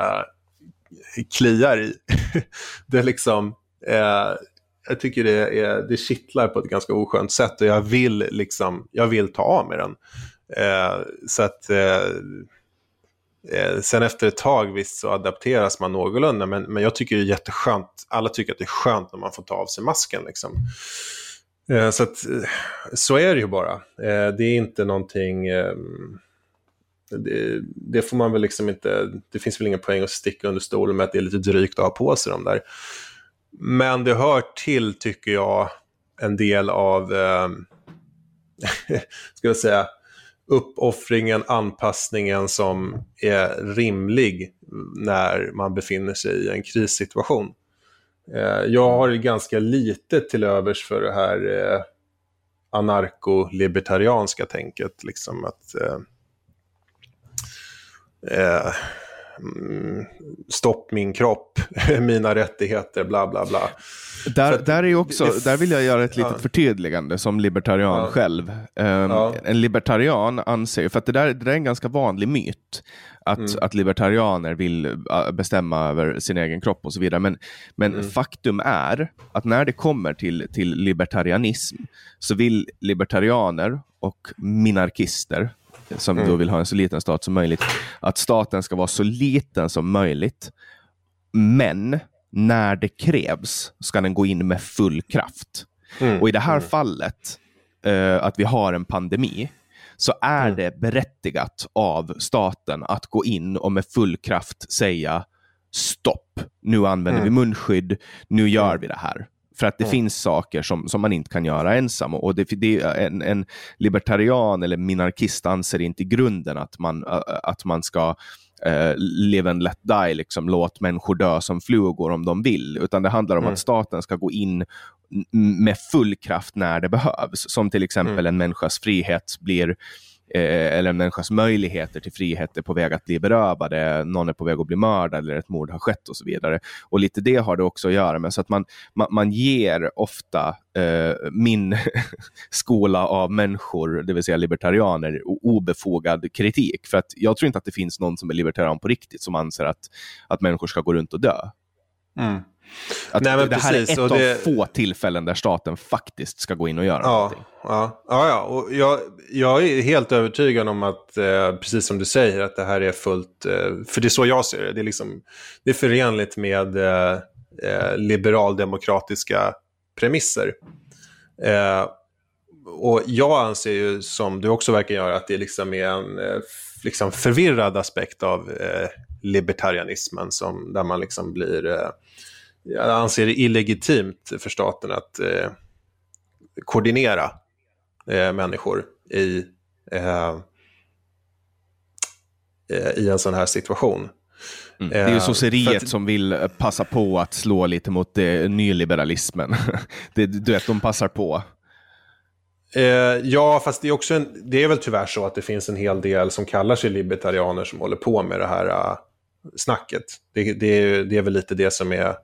kliar i. Det är liksom... jag tycker det kittlar på ett ganska oskönt sätt, och jag vill ta av med den. Så att sen efter ett tag visst så adapteras man någorlunda, men jag tycker det är jätteskönt. Alla tycker att det är skönt när man får ta av sig masken liksom. Så att så är det ju bara. Det är inte någonting det får man väl liksom inte, det finns väl ingen poäng att sticka under stolen med att det är lite drygt att ha på sig de där. Men det hör till, tycker jag, en del av ska jag säga, uppoffringen, anpassningen som är rimlig när man befinner sig i en krissituation. Jag har ganska lite till övers för det här anarko-libertarianska tänket, liksom att stopp min kropp, mina rättigheter, bla bla bla. Där är ju också, där vill jag göra ett litet förtydligande som libertarian själv. En libertarian anser, för att det där är en ganska vanlig myt, att libertarianer vill bestämma över sin egen kropp och så vidare. Men faktum är att när det kommer till libertarianism, så vill libertarianer och minarkister, som då vill ha en så liten stat som möjligt, att staten ska vara så liten som möjligt, men när det krävs ska den gå in med full kraft. Och i det här fallet, att vi har en pandemi, så är det berättigat av staten att gå in och med full kraft säga stopp, nu använder vi munskydd, nu gör vi det här. För att det finns saker som man inte kan göra ensam. Och en libertarian eller minarkist anser inte i grunden att man ska live and let die, liksom, låt människor dö som flugor om de vill. Utan det handlar om att staten ska gå in med full kraft när det behövs. Som till exempel en människas frihet blir, eller en människas möjligheter till frihet är på väg att bli berövade, någon är på väg att bli mördad eller ett mord har skett och så vidare. Och lite det har det också att göra med, så att man ger ofta min skola av människor, det vill säga libertarianer, obefogad kritik. För att jag tror inte att det finns någon som är libertarian på riktigt som anser att människor ska gå runt och dö. Att nej, men det här precis, är ett av få tillfällen där staten faktiskt ska gå in och göra någonting. Ja. Och jag är helt övertygad om att, precis som du säger, att det här är fullt, för det är så jag ser det. Det är förenligt med liberaldemokratiska premisser. Och jag anser ju, som du också verkar göra, att det liksom är en liksom förvirrad aspekt av libertarianismen, där man liksom blir... Jag anser det illegitimt för staten att koordinera människor i en sån här situation. Det är ju sosseriet som vill passa på att slå lite mot nyliberalismen. Du vet, de passar på. Ja, fast det är också det är väl tyvärr så att det finns en hel del som kallar sig libertarianer som håller på med det här snacket. Det är väl lite det som är...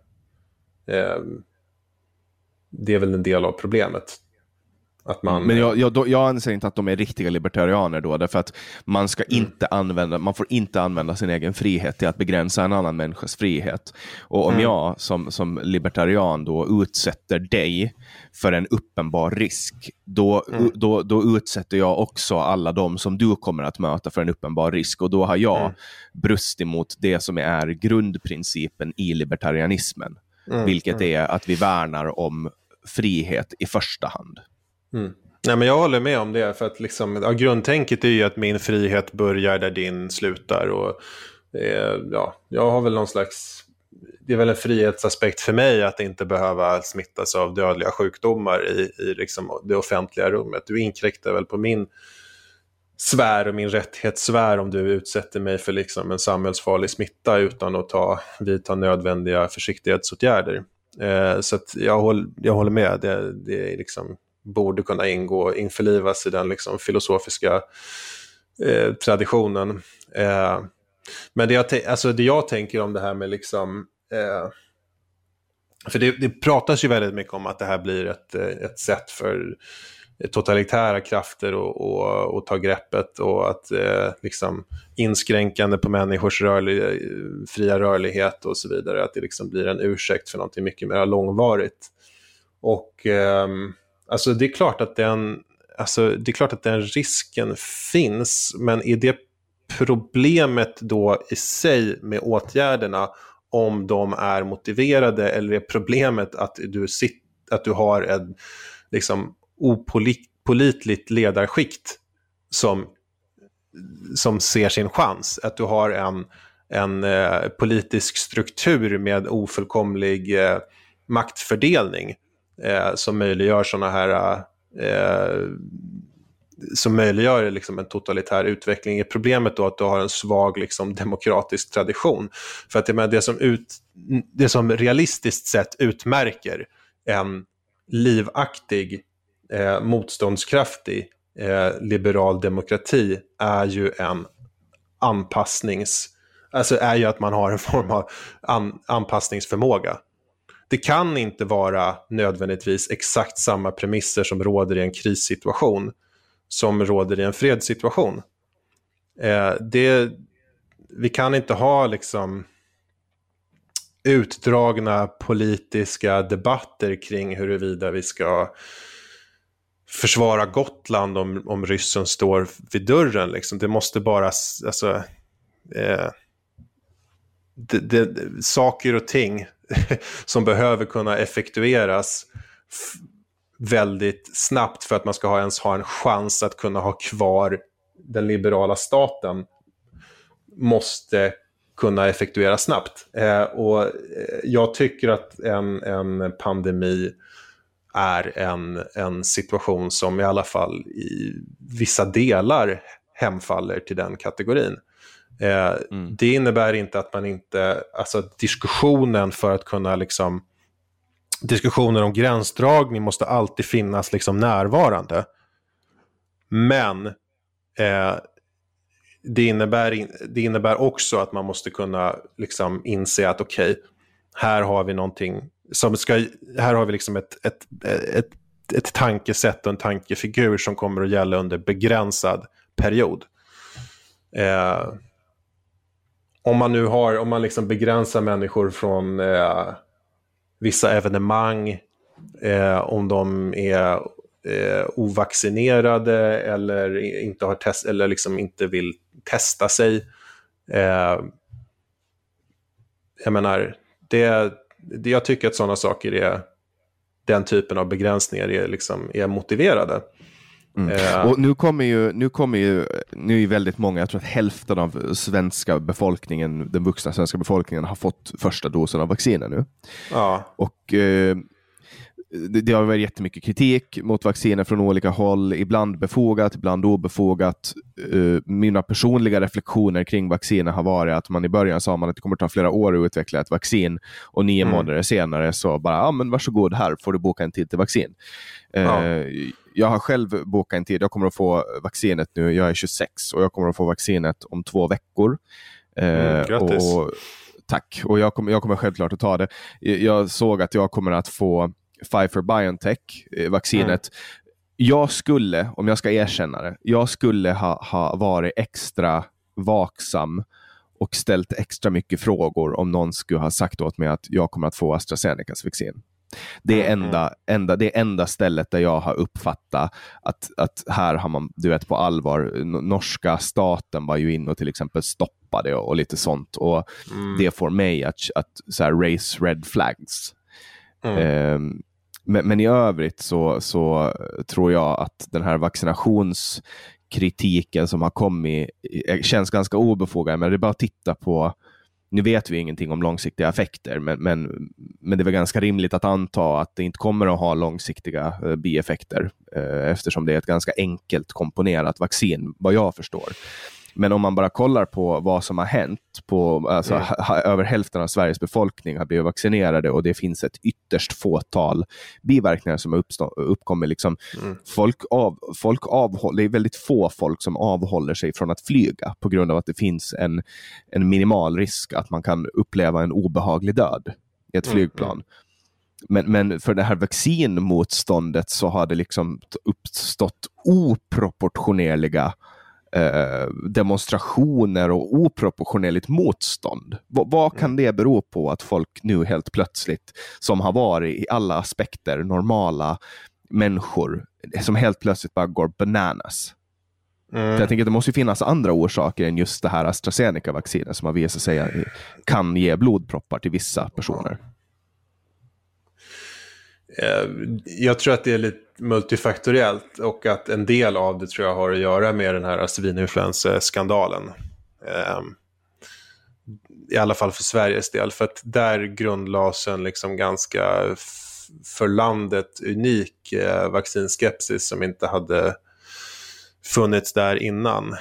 det är väl en del av problemet. Att man... Men jag anser inte att de är riktiga libertarianer då, därför att man får inte använda sin egen frihet till att begränsa en annan människas frihet. Och om jag som libertarian då utsätter dig för en uppenbar risk, då utsätter jag också alla de som du kommer att möta för en uppenbar risk, och då har jag brust emot det som är grundprincipen i libertarianismen. Vilket är att vi värnar om frihet i första hand. Nej, men jag håller med om det, för att liksom, grundtänket är ju att min frihet börjar där din slutar, och jag har väl någon slags, det är väl en frihetsaspekt för mig att inte behöva smittas av dödliga sjukdomar i liksom det offentliga rummet. Du inkräktar väl på min sfär och min rättighetssfär om du utsätter mig för liksom en samhällsfarlig smitta utan att vidta nödvändiga försiktighetsåtgärder. Så att jag håller med. Det är liksom borde kunna införlivas i den liksom filosofiska traditionen. Men det jag tänker om det här med liksom... för det pratas ju väldigt mycket om att det här blir ett sätt för totalitära krafter och ta greppet, och att liksom inskränkande på människors fria rörlighet och så vidare, att det liksom blir en ursäkt för någonting mycket mer långvarigt. Och alltså det är klart att den risken finns, men är det problemet då i sig med åtgärderna, om de är motiverade, eller är problemet att du har en liksom opålitligt ledarskikt som ser sin chans, att du har en politisk struktur med ofullkomlig maktfördelning som möjliggör såna här som möjliggör liksom en totalitär utveckling. Är problemet då att du har en svag liksom demokratisk tradition? För att det som realistiskt sett utmärker en livaktig, motståndskraftig liberal demokrati är ju en alltså är ju att man har en form av anpassningsförmåga. Det kan inte vara nödvändigtvis exakt samma premisser som råder i en krissituation som råder i en fredssituation. Vi kan inte ha liksom utdragna politiska debatter kring huruvida vi ska försvara Gotland om ryssen står vid dörren. Liksom. Det måste bara... Alltså, saker och ting som behöver kunna effektueras väldigt snabbt för att man ska ens ha en chans att kunna ha kvar den liberala staten måste kunna effektueras snabbt. Och jag tycker att en pandemi är en situation som i alla fall i vissa delar hemfaller till den kategorin. Det innebär inte att man inte, alltså diskussionen för att kunna liksom, diskussioner om gränsdragning måste alltid finnas liksom närvarande. Men det innebär också att man måste kunna liksom inse att okej, här har vi någonting som här har vi liksom ett tankesätt och en tankefigur som kommer att gälla under begränsad period. Om man liksom begränsar människor från vissa evenemang, om de är ovaccinerade eller inte har eller liksom inte vill testa sig. Jag menar, jag tycker att sådana saker är, den typen av begränsningar är motiverade. Och nu är ju väldigt många, jag tror att hälften av svenska befolkningen, den vuxna svenska befolkningen har fått första dosen av vacciner nu. Ja. Och det har varit jättemycket kritik mot vacciner från olika håll, ibland befogat, ibland obefogat. Mina personliga reflektioner kring vacciner har varit att man i början sa man att det kommer ta flera år att utveckla ett vaccin, och 9 månader senare så bara, men varsågod, här får du boka en tid till vaccin. Jag har själv bokat en tid, jag kommer att få vaccinet nu, jag är 26 och jag kommer att få vaccinet om 2 veckor. Grattis. Tack, och jag kommer självklart att ta det. Jag såg att jag kommer att få Pfizer-BioNTech-vaccinet. Jag skulle, om jag ska erkänna det, jag skulle ha varit extra vaksam och ställt extra mycket frågor om någon skulle ha sagt åt mig att jag kommer att få AstraZenecas vaccin. Det är det enda stället där jag har uppfattat att här har man, du vet, på allvar, norska staten var ju in och till exempel stoppade och lite sånt, och det får mig att så här, raise red flags. Men i övrigt så tror jag att den här vaccinationskritiken som har kommit känns ganska obefogad. Men det är bara att titta på, nu vet vi ingenting om långsiktiga effekter, men det är väl ganska rimligt att anta att det inte kommer att ha långsiktiga bieffekter, eftersom det är ett ganska enkelt komponerat vaccin, vad jag förstår. Men om man bara kollar på vad som har hänt, över hälften av Sveriges befolkning har blivit vaccinerade, och det finns ett ytterst fåtal biverkningar som har uppkommit. Liksom. Det är väldigt få folk som avhåller sig från att flyga på grund av att det finns en minimal risk att man kan uppleva en obehaglig död i ett flygplan. Men för det här vaccinmotståndet så har det liksom uppstått oproportionerliga demonstrationer och oproportionerligt motstånd. Vad kan det bero på att folk nu helt plötsligt, som har varit i alla aspekter normala människor, som helt plötsligt bara går bananas? Så jag tänker att det måste finnas andra orsaker än just det här AstraZeneca-vaccinet som har visat sig kan ge blodproppar till vissa personer. Jag tror att det är lite multifaktoriellt, och att en del av det tror jag har att göra med den här svininfluensa-skandalen. I alla fall för Sveriges del, för att där grundlades en liksom ganska för landet unik vaccinskepsis som inte hade funnits där innan.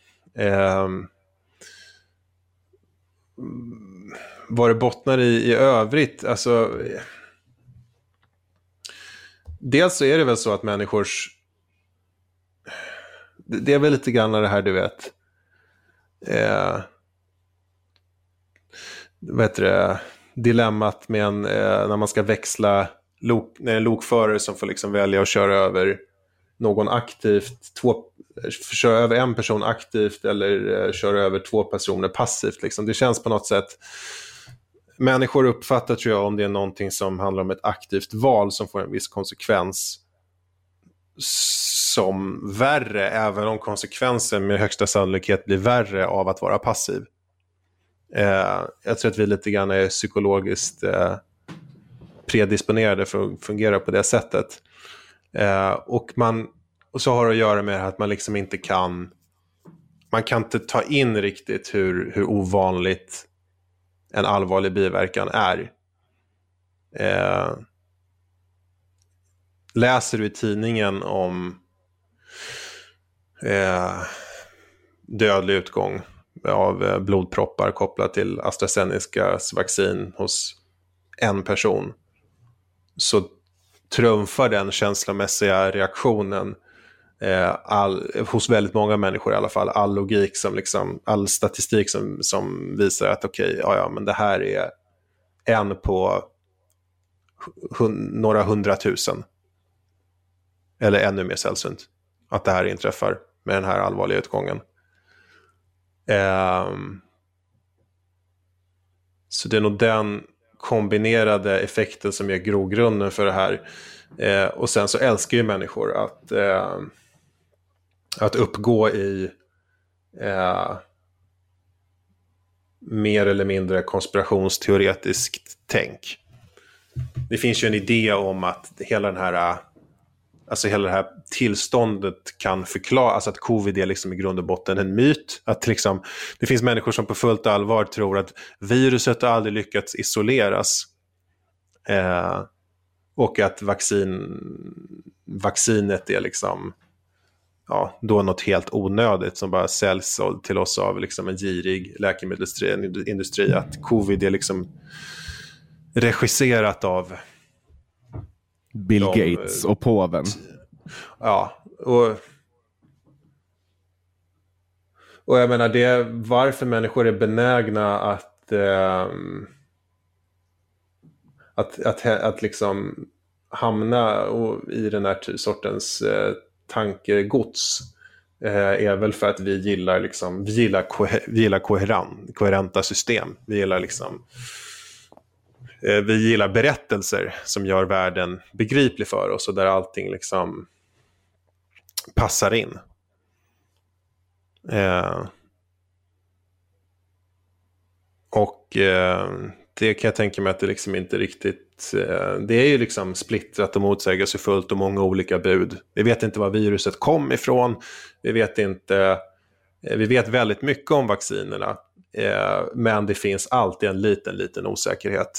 Vad det bottnar i övrigt, alltså... Dels så är det väl så att människors... Det är väl lite grann det här, du vet. dilemmat med när man ska växla en lokförare som får liksom välja att köra över någon aktivt, köra över en person aktivt eller köra över 2 personer passivt. Liksom. Det känns på något sätt, människor uppfattar, tror jag, om det är någonting som handlar om ett aktivt val som får en viss konsekvens som värre, även om konsekvensen med högsta sannolikhet blir värre av att vara passiv. Jag tror att vi lite grann är psykologiskt predisponerade för att fungera på det sättet. Och så har det att göra med att man liksom inte kan ta in riktigt hur ovanligt en allvarlig biverkan är. Läser du i tidningen om dödlig utgång av blodproppar kopplat till AstraZenecas vaccin hos en person, så trumfar den känslomässiga reaktionen hos väldigt många människor i alla fall, all logik all statistik som visar att men det här är en på några 100 000 eller ännu mer sällsynt att det här inträffar med den här allvarliga utgången. Så det är nog den kombinerade effekten som är grogrunden för det här. Och sen så älskar ju människor att uppgå i mer eller mindre konspirationsteoretiskt tänk. Det finns ju en idé om att hela det här tillståndet kan förklara, alltså att covid är liksom i grund och botten en myt. Att liksom, det finns människor som på fullt allvar tror att viruset har aldrig lyckats isoleras. Och att vaccinet är liksom då något helt onödigt som bara säljs till oss av liksom en girig läkemedelsindustri. Att covid är liksom regisserat av Bill Gates och påven. Ja, och jag menar det, varför människor är benägna att liksom hamna i den här sortens tankegods är väl för att vi gillar koherenta system. Vi gillar berättelser som gör världen begriplig för oss och där allting liksom passar in. Det kan jag tänka mig att det liksom inte riktigt, det är ju liksom splittrat och motsägelsefullt och många olika bud. Vi vet inte var viruset kom ifrån. Vi vet väldigt mycket om vaccinerna, men det finns alltid en liten osäkerhet.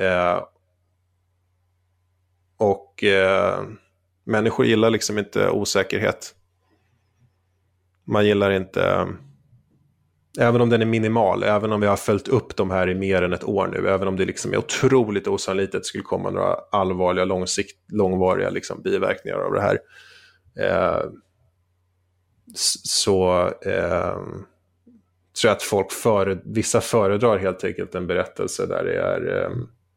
Och människor gillar liksom inte osäkerhet. Man gillar inte, även om den är minimal, även om vi har följt upp de här i mer än ett år nu, även om det liksom är otroligt osannolikt att det skulle komma några allvarliga långvariga liksom biverkningar av det här, så tror jag att vissa föredrar helt enkelt en berättelse där det är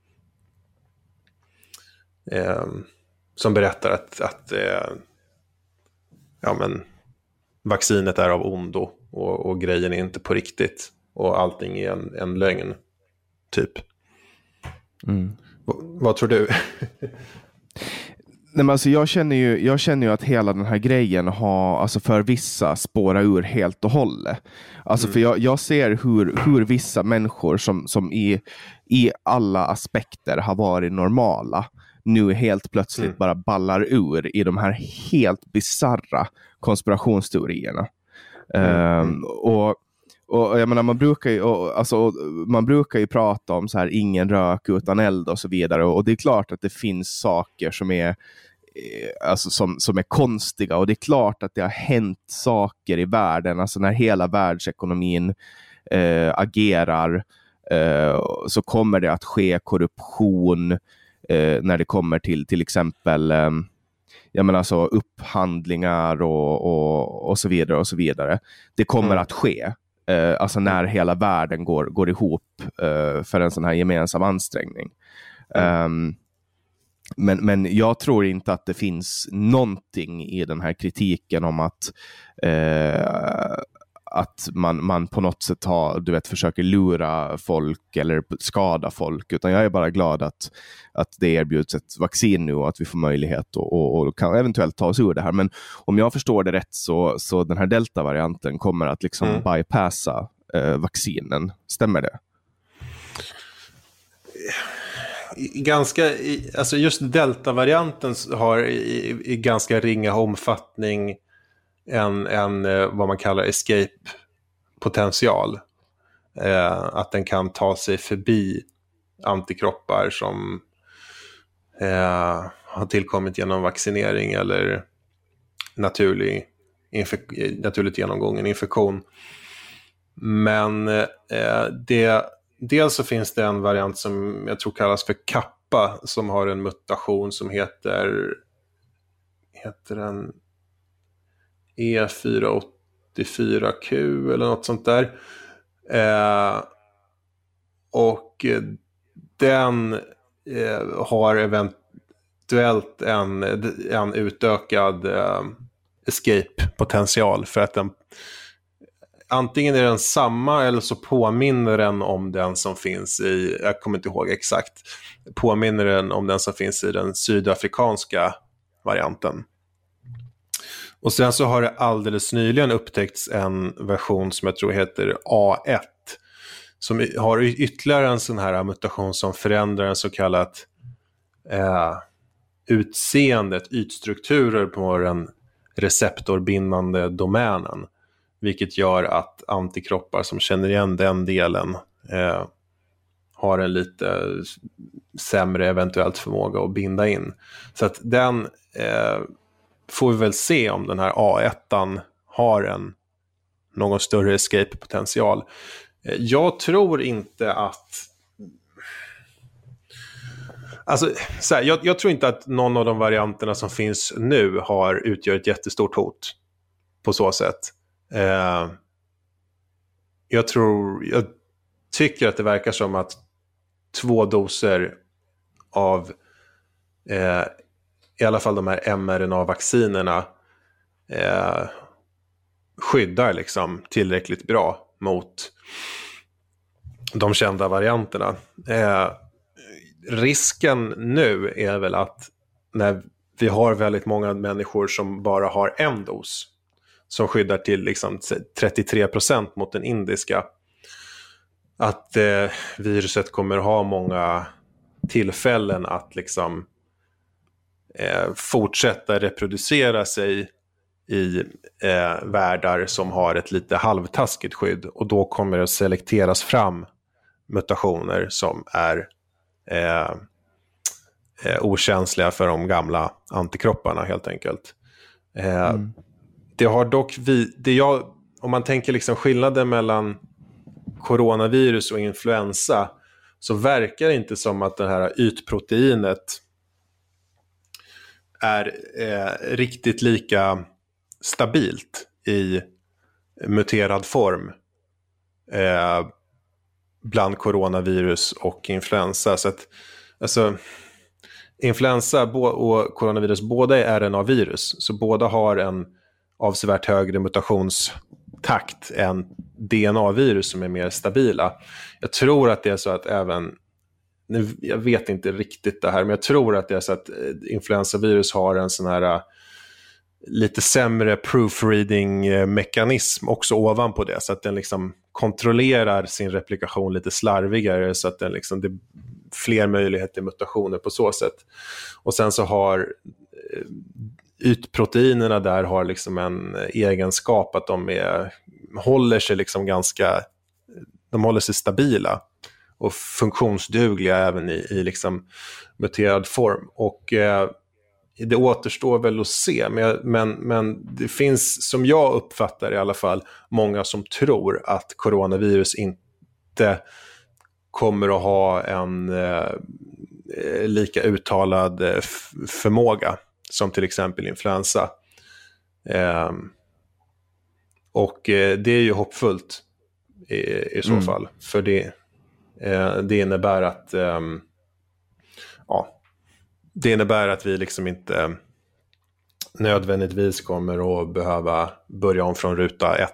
som berättar att vaccinet är av ondo och grejen är inte på riktigt och allting är en lögn typ. Vad tror du? Nej, men alltså jag känner ju att hela den här grejen har, alltså för vissa, spårat ur helt och hållet. Alltså för jag ser hur vissa människor som i alla aspekter har varit normala nu helt plötsligt bara ballar ur i de här helt bizarra konspirationsteorierna. Och jag menar, man brukar ju prata om så här, ingen rök utan eld och så vidare, och det är klart att det finns saker som är som är konstiga, och det är klart att det har hänt saker i världen, alltså när hela världsekonomin agerar, så kommer det att ske korruption när det kommer till exempel jag menar alltså upphandlingar och så vidare och så vidare. Det kommer att ske. alltså när hela världen går ihop för en sån här gemensam ansträngning. Men jag tror inte att det finns någonting i den här kritiken om att man på något sätt försöker lura folk eller skada folk, utan jag är bara glad att det erbjuds ett vaccin nu och att vi får möjlighet och kan eventuellt ta oss ur det här. Men om jag förstår det rätt så den här delta-varianten kommer att liksom bypassa vaccinen. Stämmer det? Alltså just delta-varianten har i ganska ringa omfattning en vad man kallar escape-potential. Att den kan ta sig förbi antikroppar som har tillkommit genom vaccinering eller naturligt genomgången infektion. Men dels så finns det en variant som jag tror kallas för kappa, som har en mutation som heter den E484Q eller något sånt där. Och den har eventuellt en utökad escape-potential, för att den antingen är den samma eller så påminner den om den som finns i, jag kommer inte ihåg exakt, påminner den om den som finns i den sydafrikanska varianten. Och sen så har det alldeles nyligen upptäckts en version som jag tror heter A1, som har ytterligare en sån här mutation som förändrar en så kallat utseendet, ytstrukturer på den receptorbindande domänen, vilket gör att antikroppar som känner igen den delen har en lite sämre eventuellt förmåga att binda in. Så att den får vi väl se om den här A1 har någon större escape-potential. Jag tror inte att... Alltså, så här, jag tror inte att någon av de varianterna som finns nu utgör ett jättestort hot på så sätt. Jag tycker att det verkar som att 2 doser av i alla fall de här mRNA-vaccinerna skyddar liksom tillräckligt bra mot de kända varianterna. Risken nu är väl att när vi har väldigt många människor som bara har en dos som skyddar till liksom 33% mot den indiska, att viruset kommer ha många tillfällen att liksom fortsätta reproducera sig i världar som har ett lite halvtaskigt skydd, och då kommer det att selekteras fram mutationer som är okänsliga för de gamla antikropparna helt enkelt. Det har dock om man tänker liksom skillnaden mellan coronavirus och influensa, så verkar det inte som att det här ytproteinet är riktigt lika stabilt i muterad form bland coronavirus och influensa. Så att, alltså, influensa och coronavirus, båda är RNA-virus, så båda har en avsevärt högre mutationstakt än DNA-virus som är mer stabila. Jag tror att det är så att jag vet inte riktigt det här, men jag tror att det är så att influensavirus har en sån här lite sämre proofreading-mekanism också ovanpå det, så att den liksom kontrollerar sin replikation lite slarvigare, så att den liksom, det är fler möjligheter till mutationer på så sätt. Och sen så har ytproteinerna där har liksom en egenskap att de håller sig liksom de håller sig stabila och funktionsdugliga även i liksom muterad form. Och det återstår väl att se, men det finns, som jag uppfattar i alla fall, många som tror att coronavirus inte kommer att ha en lika uttalad förmåga som till exempel influensa. Och det är ju hoppfullt. i så fall. För det innebär att det innebär att vi liksom inte nödvändigtvis kommer att behöva börja om från ruta 1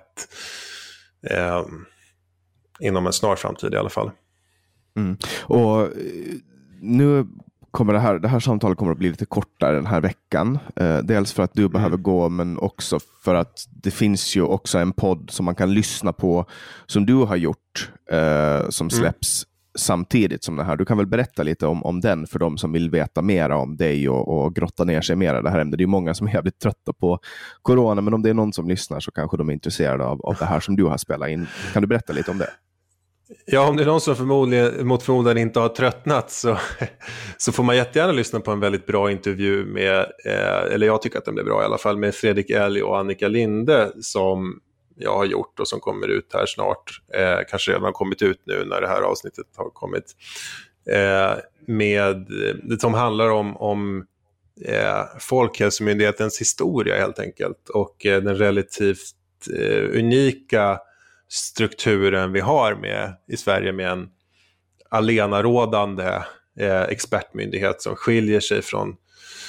inom en snar framtid i alla fall. Och nu kommer det här samtalet kommer att bli lite kortare den här veckan. Dels för att du behöver gå, men också för att det finns ju också en podd som man kan lyssna på som du har gjort som släpps samtidigt som det här. Du kan väl berätta lite om den för de som vill veta mer om dig och grotta ner sig mer i det här ämnet. Det är ju många som är jävligt trötta på corona, men om det är någon som lyssnar så kanske de är intresserade av det här som du har spelat in. Kan du berätta lite om det? Ja, om det är någon som mot förmodan inte har tröttnat så får man jättegärna lyssna på en väldigt bra intervju med, eller jag tycker att den blir bra i alla fall, med Fredrik Elg och Annika Linde som jag har gjort och som kommer ut här snart. Kanske redan har kommit ut nu när det här avsnittet har kommit. Med det som handlar om Folkhälsomyndighetens historia helt enkelt. Och den relativt unika strukturen vi har i Sverige med en allenarådande expertmyndighet som skiljer sig från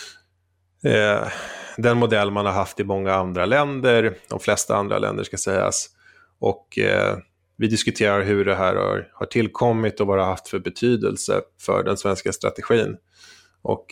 den modell man har haft i många andra länder, de flesta andra länder ska sägas. Och vi diskuterar hur det här har tillkommit och vad det har haft för betydelse för den svenska strategin. Och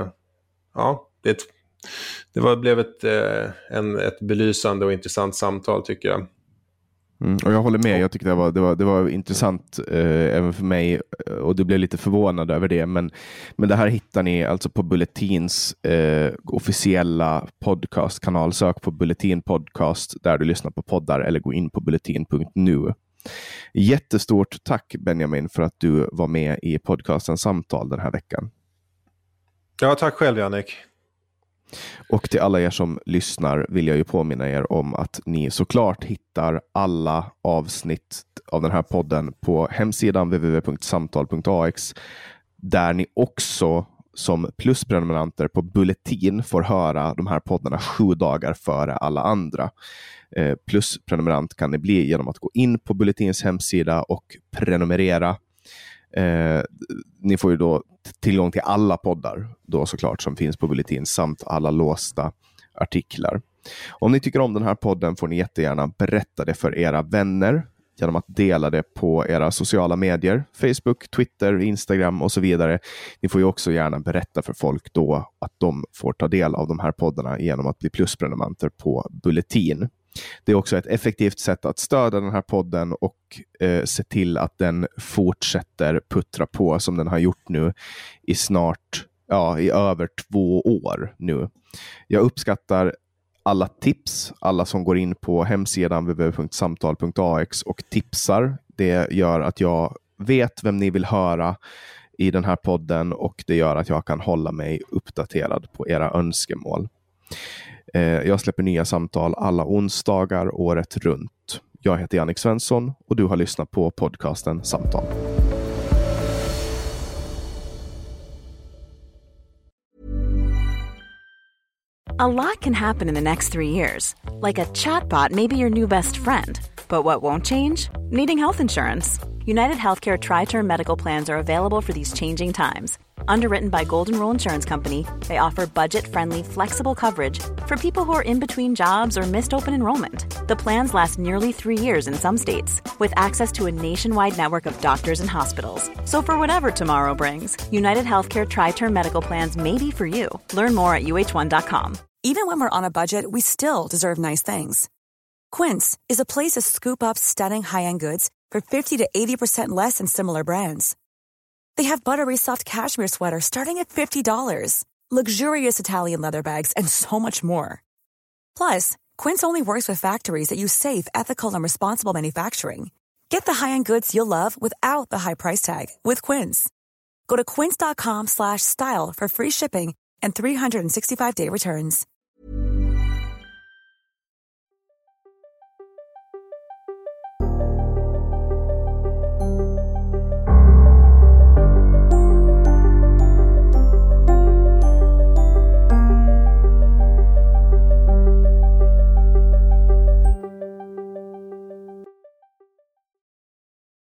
blev ett belysande och intressant samtal tycker jag. Och jag håller med, jag tyckte det var intressant även för mig, och du blev lite förvånad över det, men det här hittar ni alltså på Bulletins officiella podcastkanal. Sök på Bulletin podcast där du lyssnar på poddar eller gå in på bulletin.nu. Jättestort tack Benjamin för att du var med i podcasten Samtal den här veckan. Ja, tack själv Jannik. Och till alla er som lyssnar vill jag ju påminna er om att ni såklart hittar alla avsnitt av den här podden på hemsidan www.samtal.ax, där ni också som plusprenumeranter på Bulletin får höra de här poddarna 7 dagar före alla andra. Plusprenumerant kan ni bli genom att gå in på Bulletins hemsida och prenumerera. Ni får ju då tillgång till alla poddar då såklart som finns på Bulletin samt alla låsta artiklar. Om ni tycker om den här podden får ni jättegärna berätta det för era vänner genom att dela det på era sociala medier, Facebook, Twitter, Instagram och så vidare. Ni får ju också gärna berätta för folk då att de får ta del av de här poddarna genom att bli plusprenumeranter på Bulletin. Det är också ett effektivt sätt att stödja den här podden och se till att den fortsätter puttra på som den har gjort nu i över 2 år nu. Jag uppskattar alla tips, alla som går in på hemsidan www.samtal.ax och tipsar. Det gör att jag vet vem ni vill höra i den här podden och det gör att jag kan hålla mig uppdaterad på era önskemål. Jag släpper nya samtal alla onsdagar året runt. Jag heter Jannik Svensson och du har lyssnat på podcasten Samtal. A lot can happen in the next 3 years. Like a chatbot may be your new best friend. But what won't change? Needing health insurance. United Healthcare Tri-Term Medical Plans are available for these changing times. Underwritten by Golden Rule Insurance Company, they offer budget-friendly, flexible coverage for people who are in between jobs or missed open enrollment. The plans last nearly 3 years in some states, with access to a nationwide network of doctors and hospitals. So for whatever tomorrow brings, United Healthcare Tri-Term Medical Plans may be for you. Learn more at uh1.com. Even when we're on a budget, we still deserve nice things. Quince is a place to scoop up stunning high-end goods for 50 to 80% less than similar brands. They have buttery soft cashmere sweaters starting at $50, luxurious Italian leather bags, and so much more. Plus, Quince only works with factories that use safe, ethical, and responsible manufacturing. Get the high-end goods you'll love without the high price tag with Quince. Go to quince.com/style for free shipping and 365-day returns.